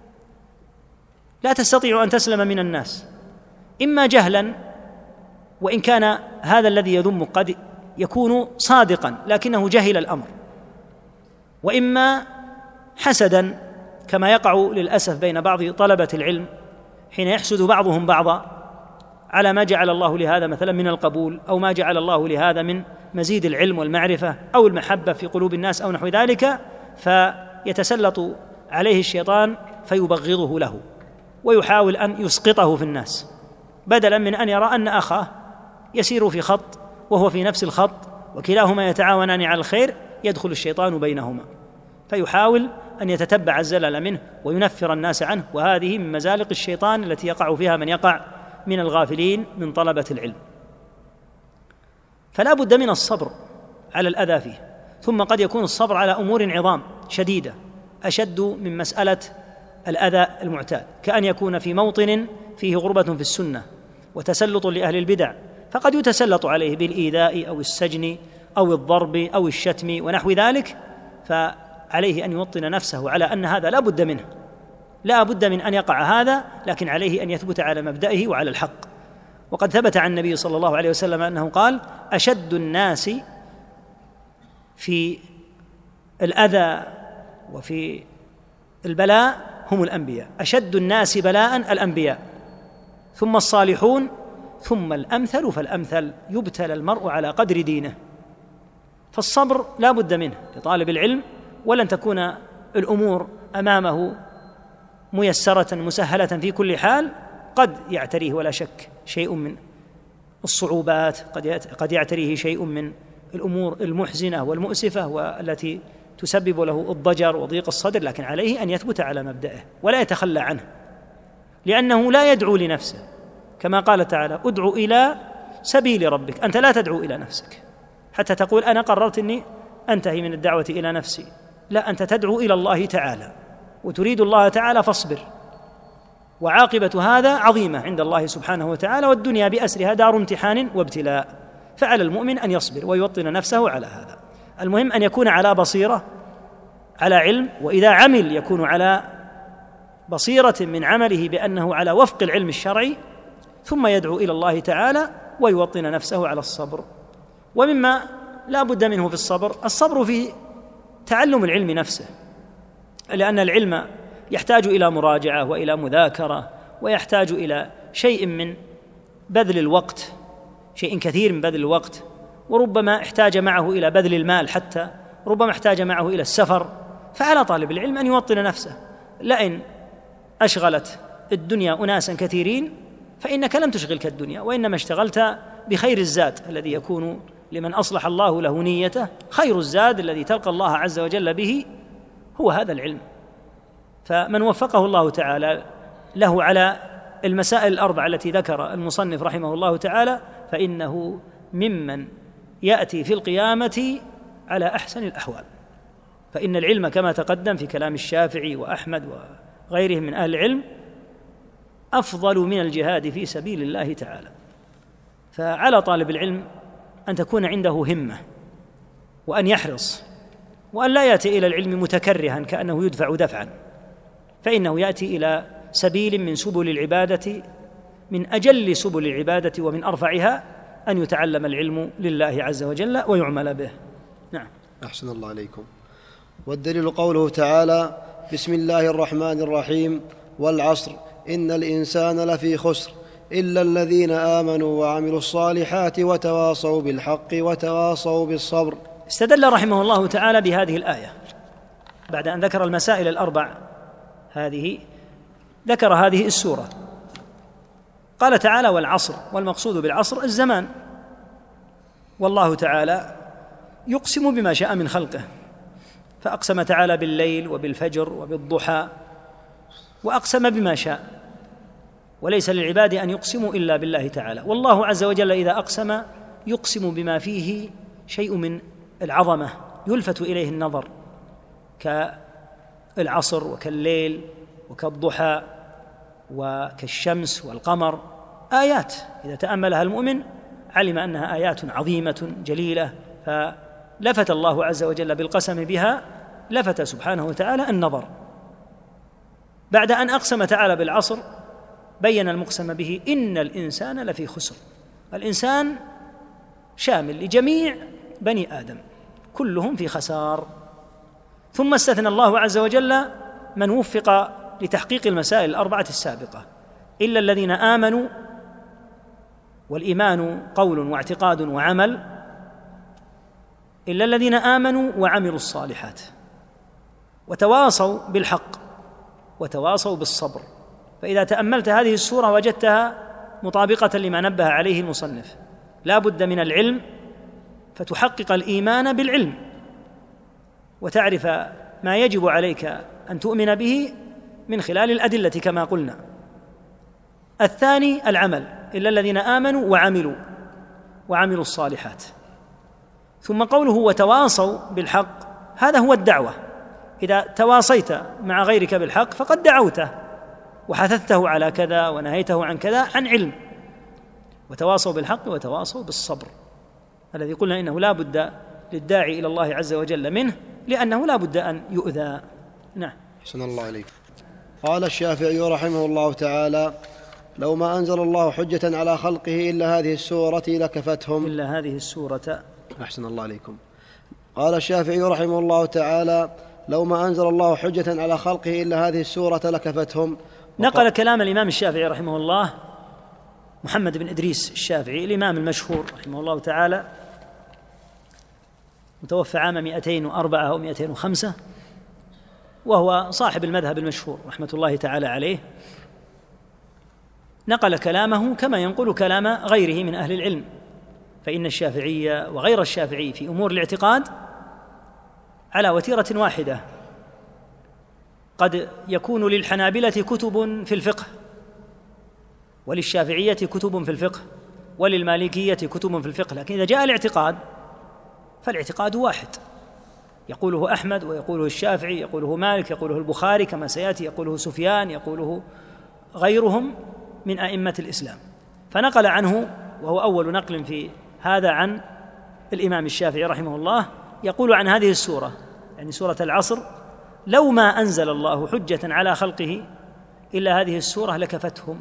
لا تستطيع أن تسلم من الناس، إما جهلا، وإن كان هذا الذي يذم قد يكون صادقا لكنه جهل الأمر، وإما حسدا كما يقع للأسف بين بعض طلبة العلم حين يحسد بعضهم بعضا على ما جعل الله لهذا مثلا من القبول، أو ما جعل الله لهذا من مزيد العلم والمعرفة أو المحبة في قلوب الناس أو نحو ذلك، فيتسلط عليه الشيطان فيبغضه له ويحاول أن يسقطه في الناس، بدلا من أن يرى أن أخاه يسير في خط وهو في نفس الخط وكلاهما يتعاونان على الخير، يدخل الشيطان بينهما فيحاول أن يتتبع الزلل منه وينفر الناس عنه. وهذه من مزالق الشيطان التي يقع فيها من يقع من الغافلين من طلبة العلم. فلا بد من الصبر على الأذى فيه. ثم قد يكون الصبر على أمور عظام شديدة أشد من مسألة الأذى المعتاد، كأن يكون في موطن فيه غربة في السنة وتسلط لأهل البدع، فقد يتسلط عليه بالإيذاء أو السجن أو الضرب أو الشتم ونحو ذلك، فعليه أن يوطن نفسه على أن هذا لا بد منه، لا بد من أن يقع هذا، لكن عليه أن يثبت على مبدئه وعلى الحق. وقد ثبت عن النبي صلى الله عليه وسلم أنه قال: أشد الناس في الأذى وفي البلاء هم الأنبياء، أشد الناس بلاء الأنبياء، ثم الصالحون، ثم الأمثل فالأمثل، يبتلى المرء على قدر دينه. فالصبر لا بد منه لطالب العلم، ولن تكون الأمور أمامه ميسرة مسهلة في كل حال، قد يعتريه ولا شك شيء من الصعوبات، قد يعتريه شيء من الأمور المحزنة والمؤسفة والتي تسبب له الضجر وضيق الصدر، لكن عليه أن يثبت على مبدئه ولا يتخلى عنه، لأنه لا يدعو لنفسه، كما قال تعالى: ادعو إلى سبيل ربك. أنت لا تدعو إلى نفسك حتى تقول أنا قررت أني أنتهي من الدعوة إلى نفسي، لا، أنت تدعو إلى الله تعالى وتريد الله تعالى، فاصبر، وعاقبة هذا عظيمة عند الله سبحانه وتعالى، والدنيا بأسرها دار امتحان وابتلاء، فعلى المؤمن أن يصبر ويوطن نفسه على هذا. المهم أن يكون على بصيرة، على علم، وإذا عمل يكون على بصيرة من عمله بأنه على وفق العلم الشرعي، ثم يدعو إلى الله تعالى ويوطن نفسه على الصبر. ومما لا بد منه في الصبر الصبر في تعلم العلم نفسه، لأن العلم يحتاج إلى مراجعة وإلى مذاكرة، ويحتاج إلى شيء من بذل الوقت، شيء كثير من بذل الوقت، وربما احتاج معه إلى بذل المال، حتى ربما احتاج معه إلى السفر. فعلى طالب العلم أن يوطن نفسه، لئن أشغلت الدنيا أناسا كثيرين فإنك لم تشغلك الدنيا، وإنما اشتغلت بخير الزاد الذي يكون لمن أصلح الله له نيته. خير الزاد الذي تلقى الله عز وجل به هو هذا العلم. فمن وفقه الله تعالى له على المسائل الأربع التي ذكر المصنف رحمه الله تعالى، فإنه ممن يأتي في القيامة على أحسن الأحوال. فإن العلم كما تقدم في كلام الشافعي وأحمد وغيرهم من أهل العلم أفضل من الجهاد في سبيل الله تعالى. فعلى طالب العلم أن تكون عنده همة، وأن يحرص، وأن لا يأتي إلى العلم متكرها كأنه يدفع دفعا، فإنه يأتي إلى سبيل من سبل العبادة، من أجل سبل العبادة ومن أرفعها أن يتعلم العلم لله عز وجل ويعمل به. نعم. أحسن الله عليكم. والدليل قوله تعالى: بسم الله الرحمن الرحيم، والعصر إن الإنسان لفي خسر إلا الذين آمنوا وعملوا الصالحات وتواصوا بالحق وتواصوا بالصبر. استدل رحمه الله تعالى بهذه الآية بعد أن ذكر المسائل الأربع هذه، ذكر هذه السورة. قال تعالى: والعصر، والمقصود بالعصر الزمان، والله تعالى يقسم بما شاء من خلقه، فأقسم تعالى بالليل وبالفجر وبالضحى، وأقسم بما شاء، وليس للعباد أن يقسموا إلا بالله تعالى. والله عز وجل إذا أقسم يقسم بما فيه شيء من العظمة يلفت إليه النظر، كالعصر وكالليل وكالضحى وكالشمس والقمر، آيات إذا تأملها المؤمن علم أنها آيات عظيمة جليلة، فلفت الله عز وجل بالقسم بها، لفت سبحانه وتعالى النظر. بعد أن أقسم تعالى بالعصر بين المقسم به: إن الإنسان لفي خسر. الإنسان شامل لجميع بني آدم، كلهم في خسار. ثم استثنى الله عز وجل من وفق لتحقيق المسائل الأربعة السابقة: إلا الذين آمنوا، والإيمان قول واعتقاد وعمل، إلا الذين آمنوا وعملوا الصالحات. وتواصوا بالحق وتواصوا بالصبر. فإذا تأملت هذه السورة وجدتها مطابقة لما نبه عليه المصنف. لا بد من العلم فتحقق الإيمان بالعلم وتعرف ما يجب عليك أن تؤمن به من خلال الأدلة كما قلنا. الثاني العمل، إلا الذين آمنوا وعملوا وعملوا الصالحات. ثم قوله وتواصوا بالحق، هذا هو الدعوة. إذا تواصيت مع غيرك بالحق فقد دعوته وحثثته على كذا ونهيته عن كذا عن علم. وتواصوا بالحق وتواصوا بالصبر، الذي قلنا إنه لا بد للداعي إلى الله عز وجل منه، لأنه لا بد أن يؤذى. نعم. حسن الله عليك. قال الشافعي رحمه الله تعالى: لو ما أنزل الله حجة على خلقه إلا هذه السورة لكفتهم. إلا هذه السورة. أحسن الله عليكم. قال الشافعي رحمه الله تعالى: لو ما أنزل الله حجة على خلقه إلا هذه السورة لكفتهم. نقل كلام الإمام الشافعي رحمه الله محمد بن إدريس الشافعي الإمام المشهور رحمه الله تعالى، متوفى عام مئتين وأربعة أو مئتين وخمسة، وهو صاحب المذهب المشهور رحمة الله تعالى عليه. نقل كلامه كما ينقل كلام غيره من أهل العلم، فإن الشافعي وغير الشافعي في أمور الاعتقاد على وتيرة واحدة. قد يكون للحنابلة كتب في الفقه، وللشافعية كتب في الفقه، وللمالكية كتب في الفقه، لكن إذا جاء الاعتقاد فالاعتقاد واحد، يقوله أحمد ويقوله الشافعي، يقوله مالك، يقوله البخاري كما سيأتي، يقوله سفيان، يقوله غيرهم من أئمة الإسلام. فنقل عنه، وهو أول نقل في هذا عن الإمام الشافعي رحمه الله، يقول عن هذه السورة يعني سورة العصر: لو ما أنزل الله حجة على خلقه إلا هذه السورة لكفتهم،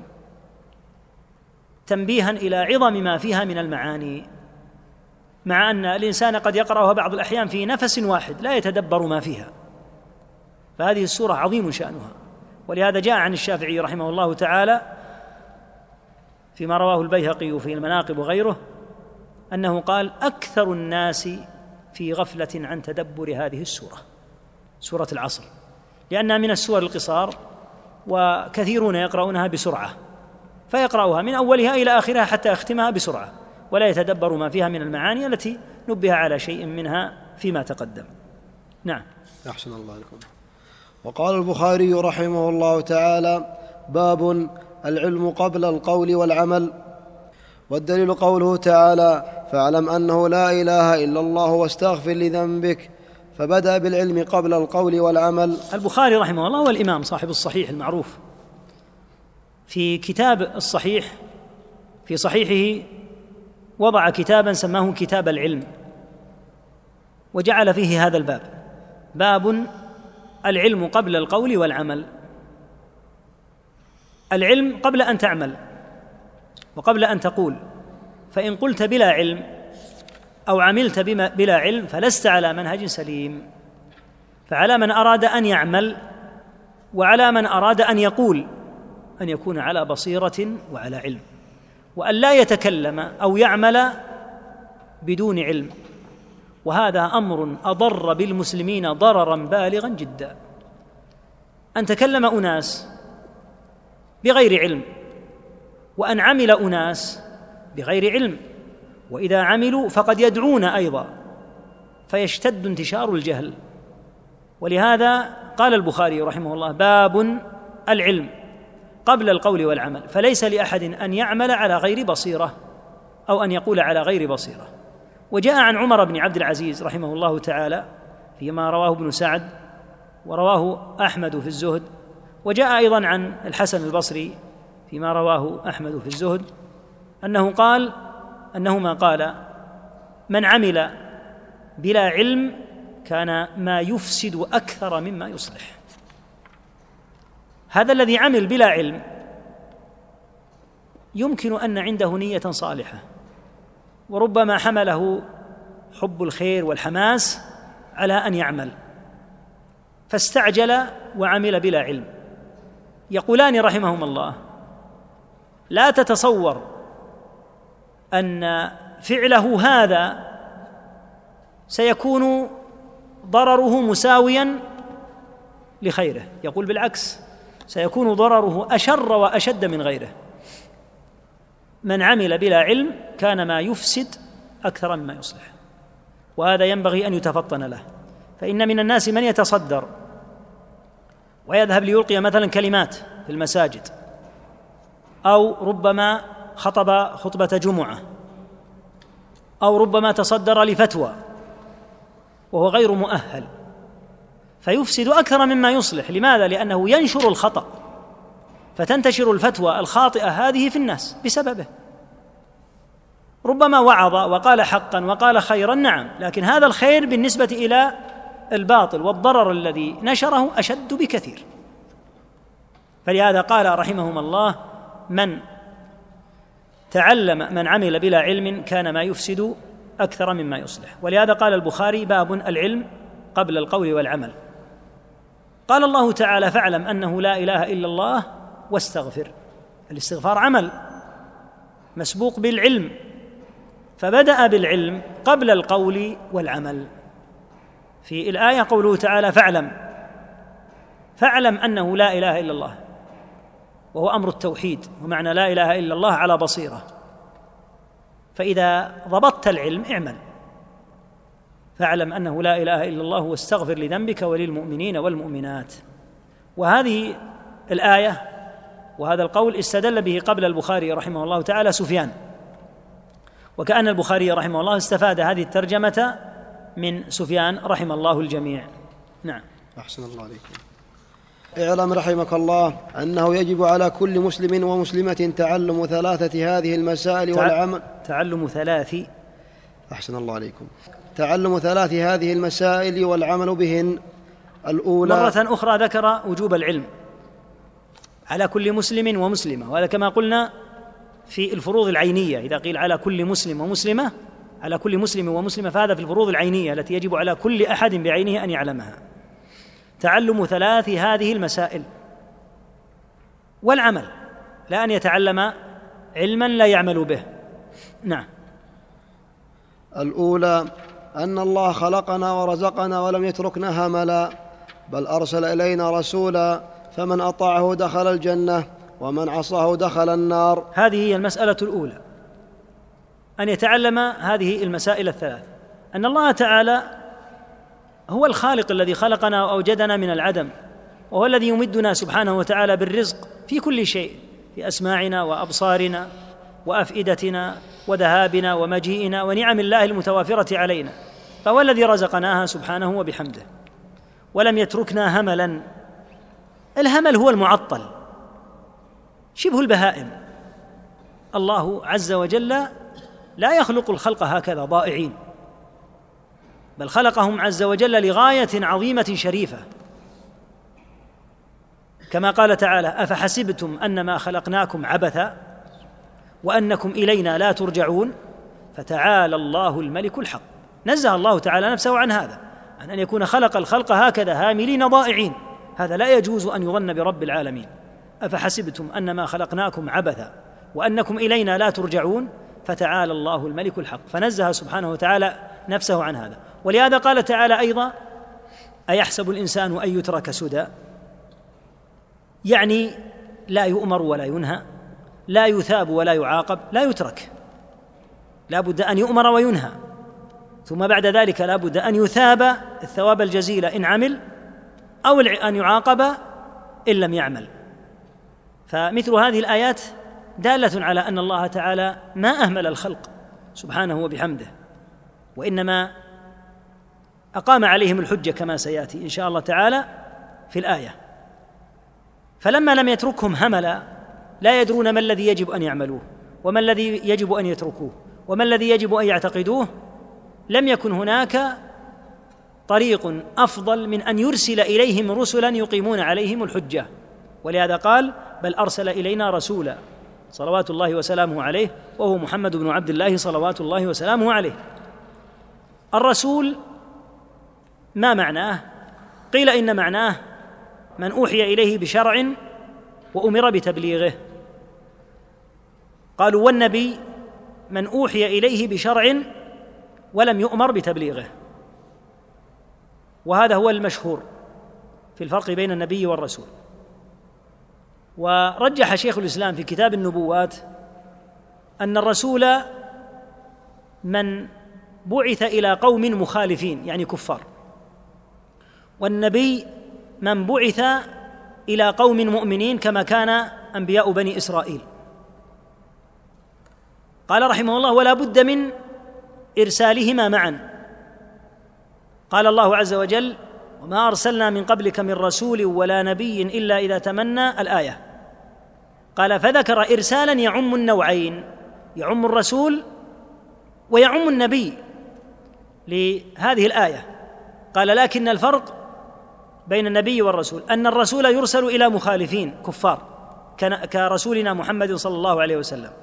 تنبيها إلى عظم ما فيها من المعاني، مع أن الإنسان قد يقرأها بعض الأحيان في نفس واحد لا يتدبر ما فيها، فهذه السورة عظيم شأنها. ولهذا جاء عن الشافعي رحمه الله تعالى فيما رواه البيهقي في المناقب وغيره أنه قال: أكثر الناس في غفلة عن تدبر هذه السورة، سورة العصر، لأنها من السور القصار، وكثيرون يقرؤونها بسرعة، فيقرأها من أولها إلى آخرها حتى يختمها بسرعة، ولا يتدبر ما فيها من المعاني التي نبه على شيء منها فيما تقدم. نعم. أحسن الله لكم. وقال البخاري رحمه الله تعالى: باب العلم قبل القول والعمل. والدليل قوله تعالى: فاعلم أنه لا إله إلا الله واستغفر لذنبك، فبدأ بالعلم قبل القول والعمل. البخاري رحمه الله هو الإمام صاحب الصحيح المعروف. في كتاب الصحيح في صحيحه وضع كتابا سماه كتاب العلم، وجعل فيه هذا الباب: باب العلم قبل القول والعمل. العلم قبل أن تعمل وقبل أن تقول، فإن قلت بلا علم أو عملت بلا علم فلست على منهج سليم. فعلى من أراد أن يعمل وعلى من أراد أن يقول أن يكون على بصيرة وعلى علم، وأن لا يتكلم أو يعمل بدون علم، وهذا أمر أضر بالمسلمين ضررا بالغا جدا. أن تكلم أناس بغير علم، وأن عمل أناس بغير علم، وإذا عملوا فقد يدعون أيضا، فيشتد انتشار الجهل. ولهذا قال البخاري رحمه الله: باب العلم قبل القول والعمل، فليس لأحد أن يعمل على غير بصيرة أو أن يقول على غير بصيرة. وجاء عن عمر بن عبد العزيز رحمه الله تعالى فيما رواه ابن سعد ورواه أحمد في الزهد، وجاء أيضا عن الحسن البصري فيما رواه أحمد في الزهد أنه قال أنهما قال: من عمل بلا علم كان ما يفسد أكثر مما يصلح. هذا الذي عمل بلا علم يمكن أن عنده نية صالحة، وربما حمله حب الخير والحماس على أن يعمل فاستعجل وعمل بلا علم. يقولان رحمهم الله: لا تتصور أن فعله هذا سيكون ضرره مساويا لخيره، يقول بالعكس سيكون ضرره أشر وأشد من غيره. من عمل بلا علم كان ما يفسد أكثر مما يصلح، وهذا ينبغي أن يتفطن له. فإن من الناس من يتصدر ويذهب ليلقي مثلا كلمات في المساجد، أو ربما خطب خطبة جمعة، أو ربما تصدر لفتوى وهو غير مؤهل، فيفسد أكثر مما يصلح. لماذا؟ لأنه ينشر الخطأ، فتنتشر الفتوى الخاطئة هذه في الناس بسببه. ربما وعظ وقال حقا وقال خيرا، نعم، لكن هذا الخير بالنسبة إلى الباطل والضرر الذي نشره أشد بكثير. فلهذا قال رحمهم الله: من تعلم من عمل بلا علم كان ما يفسد أكثر مما يصلح. ولهذا قال البخاري: باب العلم قبل القول والعمل. قال الله تعالى: فاعلم أنه لا إله إلا الله واستغفر. الاستغفار عمل مسبوق بالعلم، فبدأ بالعلم قبل القول والعمل. في الآية قوله تعالى: فاعلم فاعلم أنه لا إله إلا الله، وهو أمر التوحيد، ومعنى لا إله إلا الله على بصيرة. فإذا ضبطت العلم اعمل. فاعلم أنه لا إله إلا الله واستغفر لذنبك وللمؤمنين والمؤمنات. وهذه الآية وهذا القول استدل به قبل البخاري رحمه الله تعالى سفيان، وكأن البخاري رحمه الله استفاد هذه الترجمة من سفيان رحمه الله الجميع. نعم. أحسن الله عليكم. اعلم رحمك الله أنه يجب على كل مسلم ومسلمة تعلم ثلاثة هذه المسائل تع... والعمل تعلم ثلاث أحسن الله عليكم تعلم ثلاث هذه المسائل والعمل بهن. الأولى، مرة أخرى ذكر وجوب العلم على كل مسلم ومسلمة، وهذا كما قلنا في الفروض العينية. إذا قيل على كل مسلم ومسلمة، على كل مسلم ومسلمة، فهذا في الفروض العينية التي يجب على كل أحد بعينه أن يعلمها. تعلم ثلاث هذه المسائل والعمل، لا أن يتعلم علما لا يعمل به. نعم. الأولى أن الله خلقنا ورزقنا ولم يتركنا هملا، بل أرسل إلينا رسولا فمن أطاعه دخل الجنة ومن عصاه دخل النار. هذه هي المسألة الأولى، أن يتعلم هذه المسائل الثلاث: أن الله تعالى هو الخالق الذي خلقنا وأوجدنا من العدم، وهو الذي يمدنا سبحانه وتعالى بالرزق في كل شيء، في أسماعنا وأبصارنا وأفئدتنا وذهابنا ومجيئنا ونعم الله المتوافرة علينا، فهو الذي رزقناها سبحانه وبحمده، ولم يتركنا هملا. الهمل هو المعطل، شبه البهائم. الله عز وجل لا يخلق الخلق هكذا ضائعين، بل خلقهم عز وجل لغاية عظيمة شريفة، كما قال تعالى: أفحسبتم أنما خلقناكم عبثا وأنكم إلينا لا ترجعون فتعالى الله الملك الحق. نزه الله تعالى نفسه عن هذا، عن أن يكون خلق الخلق هكذا هاملين ضائعين. هذا لا يجوز أن يظن برب العالمين. أفحسبتم أنما خلقناكم عبثا وأنكم إلينا لا ترجعون فتعالى الله الملك الحق. فنزه سبحانه وتعالى نفسه عن هذا. ولهذا قال تعالى أيضا: أيحسب الإنسان أن يترك سدى، يعني لا يؤمر ولا ينهى، لا يثاب ولا يعاقب، لا يترك، لا بد أن يؤمر وينهى، ثم بعد ذلك لا بد أن يثاب الثواب الجزيل إن عمل، أو أن يعاقب إن لم يعمل. فمثل هذه الآيات دالة على أن الله تعالى ما أهمل الخلق سبحانه وبحمده، وإنما أقام عليهم الحجة كما سيأتي إن شاء الله تعالى في الآية. فلما لم يتركهم هملا، لا يدرون ما الذي يجب أن يعملوه وما الذي يجب أن يتركوه وما الذي يجب أن يعتقدوه، لم يكن هناك طريق أفضل من أن يرسل إليهم رسلا يقيمون عليهم الحجة. ولهذا قال: بل أرسل إلينا رسولا صلوات الله وسلامه عليه، وهو محمد بن عبد الله صلوات الله وسلامه عليه. الرسول ما معناه؟ قيل إن معناه من أوحي إليه بشرع وأمر بتبليغه. قالوا: والنبي من أوحي إليه بشرع ولم يؤمر بتبليغه. وهذا هو المشهور في في الفرق بين النبي والرسول. ورجح شيخ الإسلام في كتاب النبوات أن الرسول من بعث إلى قوم مخالفين يعني كفار، والنبي من بعث إلى قوم مؤمنين كما كان أنبياء بني إسرائيل. قال رحمه الله: ولا بد من إرسالهما معا. قال الله عز وجل: وما أرسلنا من قبلك من رسول ولا نبي إلا إذا تمنى الآية. قال فذكر إرسالا يعم النوعين، يعم الرسول ويعم النبي لهذه الآية. قال لكن الفرق بين النبي والرسول أن الرسول يرسل إلى مخالفين كفار كرسولنا محمد صلى الله عليه وسلم،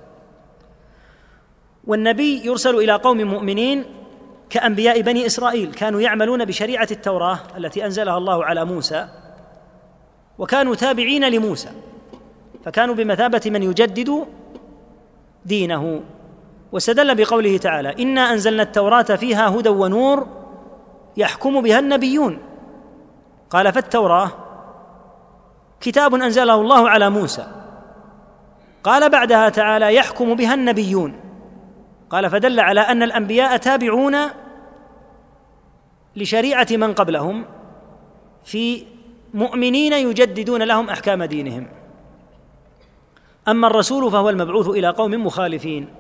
والنبي يرسل إلى قوم مؤمنين كأنبياء بني إسرائيل كانوا يعملون بشريعة التوراة التي أنزلها الله على موسى، وكانوا تابعين لموسى، فكانوا بمثابة من يجدد دينه. واستدل بقوله تعالى: إنا أنزلنا التوراة فيها هدى ونور يحكم بها النبيون. قال فالتوراة كتاب أنزله الله على موسى. قال بعدها تعالى: يحكم بها النبيون. قال فدل على أن الأنبياء تابعون لشريعة من قبلهم في مؤمنين يجددون لهم أحكام دينهم. أما الرسول فهو المبعوث إلى قوم مخالفين،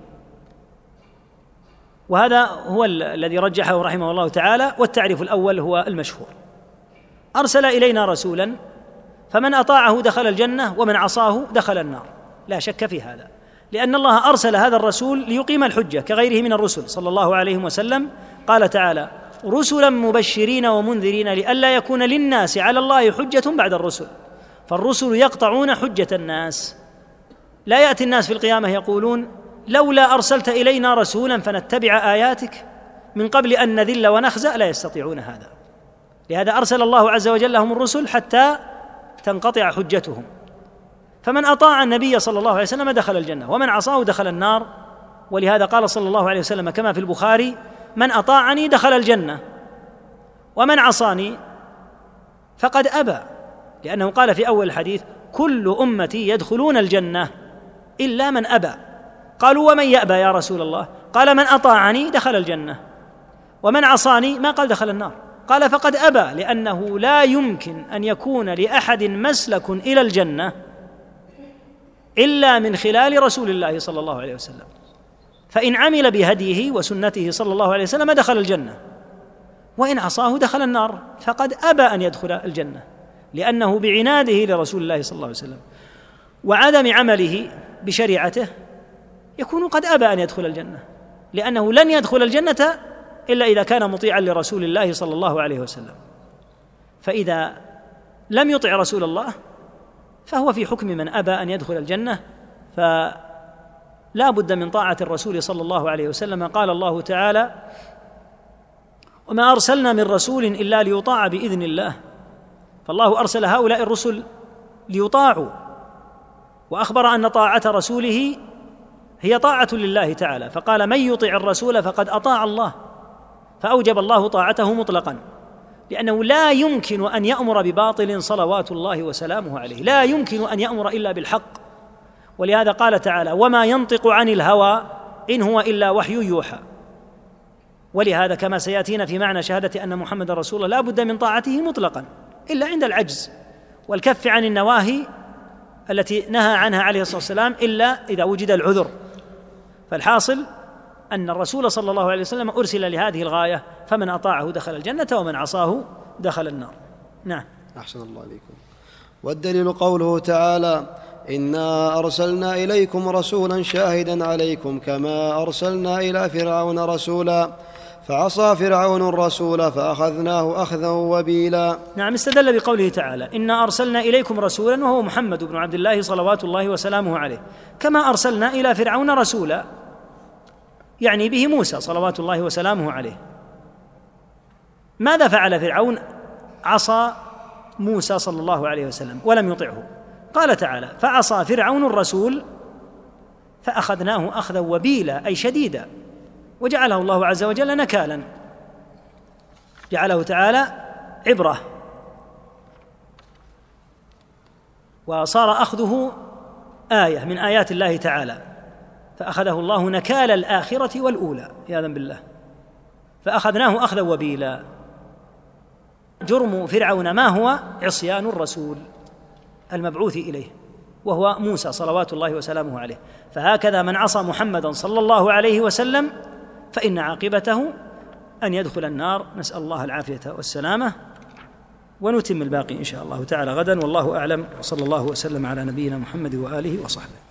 وهذا هو الذي رجحه رحمه الله تعالى. والتعريف الأول هو المشهور: أرسل إلينا رسولا فمن أطاعه دخل الجنة ومن عصاه دخل النار، لا شك في هذا، لأن الله أرسل هذا الرسول ليقيم الحجة كغيره من الرسل صلى الله عليه وسلم. قال تعالى: رسلا مبشرين ومنذرين لئلا يكون للناس على الله حجة بعد الرسل. فالرسل يقطعون حجة الناس. لا يأتي الناس في القيامة يقولون: لولا أرسلت إلينا رسولا فنتبع آياتك من قبل أن نذل ونخزأ. لا يستطيعون هذا، لهذا أرسل الله عز وجل لهم الرسل حتى تنقطع حجتهم. فمن أطاع النبي صلى الله عليه وسلم دخل الجنة، ومن عصاه دخل النار. ولهذا قال صلى الله عليه وسلم كما في البخاري: من أطاعني دخل الجنة ومن عصاني فقد أبى، لأنه قال في أول الحديث: كل أمتي يدخلون الجنة إلا من أبى. قالوا: ومن يأبى يا رسول الله؟ قال: من أطاعني دخل الجنة ومن عصاني، ما قال دخل النار، قال فقد أبى، لأنه لا يمكن أن يكون لأحد مسلك إلى الجنة إلا من خلال رسول الله صلى الله عليه وسلم. فإن عمل بهديه وسنته صلى الله عليه وسلم دخل الجنة، وإن عصاه دخل النار، فقد أبى أن يدخل الجنة، لأنه بعناده لرسول الله صلى الله عليه وسلم وعدم عمله بشريعته يكون قد أبى أن يدخل الجنة، لأنه لن يدخل الجنة إلا إذا كان مطيعا لرسول الله صلى الله عليه وسلم. فإذا لم يطع رسول الله فهو في حكم من أبى أن يدخل الجنة، فلا بد من طاعة الرسول صلى الله عليه وسلم. قال الله تعالى: وما أرسلنا من رسول إلا ليطاع بإذن الله. فالله أرسل هؤلاء الرسل ليطاعوا، وأخبر أن طاعة رسوله هي طاعة لله تعالى، فقال: من يطع الرسول فقد أطاع الله، فأوجب الله طاعته مطلقا، لأنه لا يمكن أن يأمر بباطل صلوات الله وسلامه عليه، لا يمكن أن يأمر إلا بالحق. ولهذا قال تعالى: وما ينطق عن الهوى إن هو إلا وحي يوحى. ولهذا كما سيأتينا في معنى شهادة أن محمد رسول الله لا بد من طاعته مطلقا إلا عند العجز والكف عن النواهي التي نهى عنها عليه الصلاة والسلام إلا إذا وجد العذر. فالحاصل أن الرسول صلى الله عليه وسلم أرسل لهذه الغاية، فمن أطاعه دخل الجنة ومن عصاه دخل النار. نعم. أحسن الله عليكم. والدليل قوله تعالى: إنا أرسلنا إليكم رسولا شاهدا عليكم كما أرسلنا إلى فرعون رسولا فعصى فرعون الرسول فأخذناه أخذا وبيلا. نعم، استدل بقوله تعالى: إنا أرسلنا إليكم رسولا، وهو محمد بن عبد الله صلوات الله وسلامه عليه، كما أرسلنا إلى فرعون رسولا، يعني به موسى صلوات الله وسلامه عليه. ماذا فعل فرعون؟ عصى موسى صلى الله عليه وسلم ولم يطعه. قال تعالى: فعصى فرعون الرسول فأخذناه أخذا وبيلا، أي شديدا، وجعله الله عز وجل نكالا، جعله تعالى عبرة. وصار أخذه آية من آيات الله تعالى، فأخذه الله نكال الآخرة والأولى عياذا بالله، فأخذناه أخذا وبيلا. جرم فرعون ما هو؟ عصيان الرسول المبعوث إليه وهو موسى صلوات الله وسلامه عليه. فهكذا من عصى محمدا صلى الله عليه وسلم فإن عاقبته أن يدخل النار، نسأل الله العافية والسلامة. ونتم الباقي إن شاء الله تعالى غدا، والله أعلم، وصلى الله وسلم على نبينا محمد وآله وصحبه.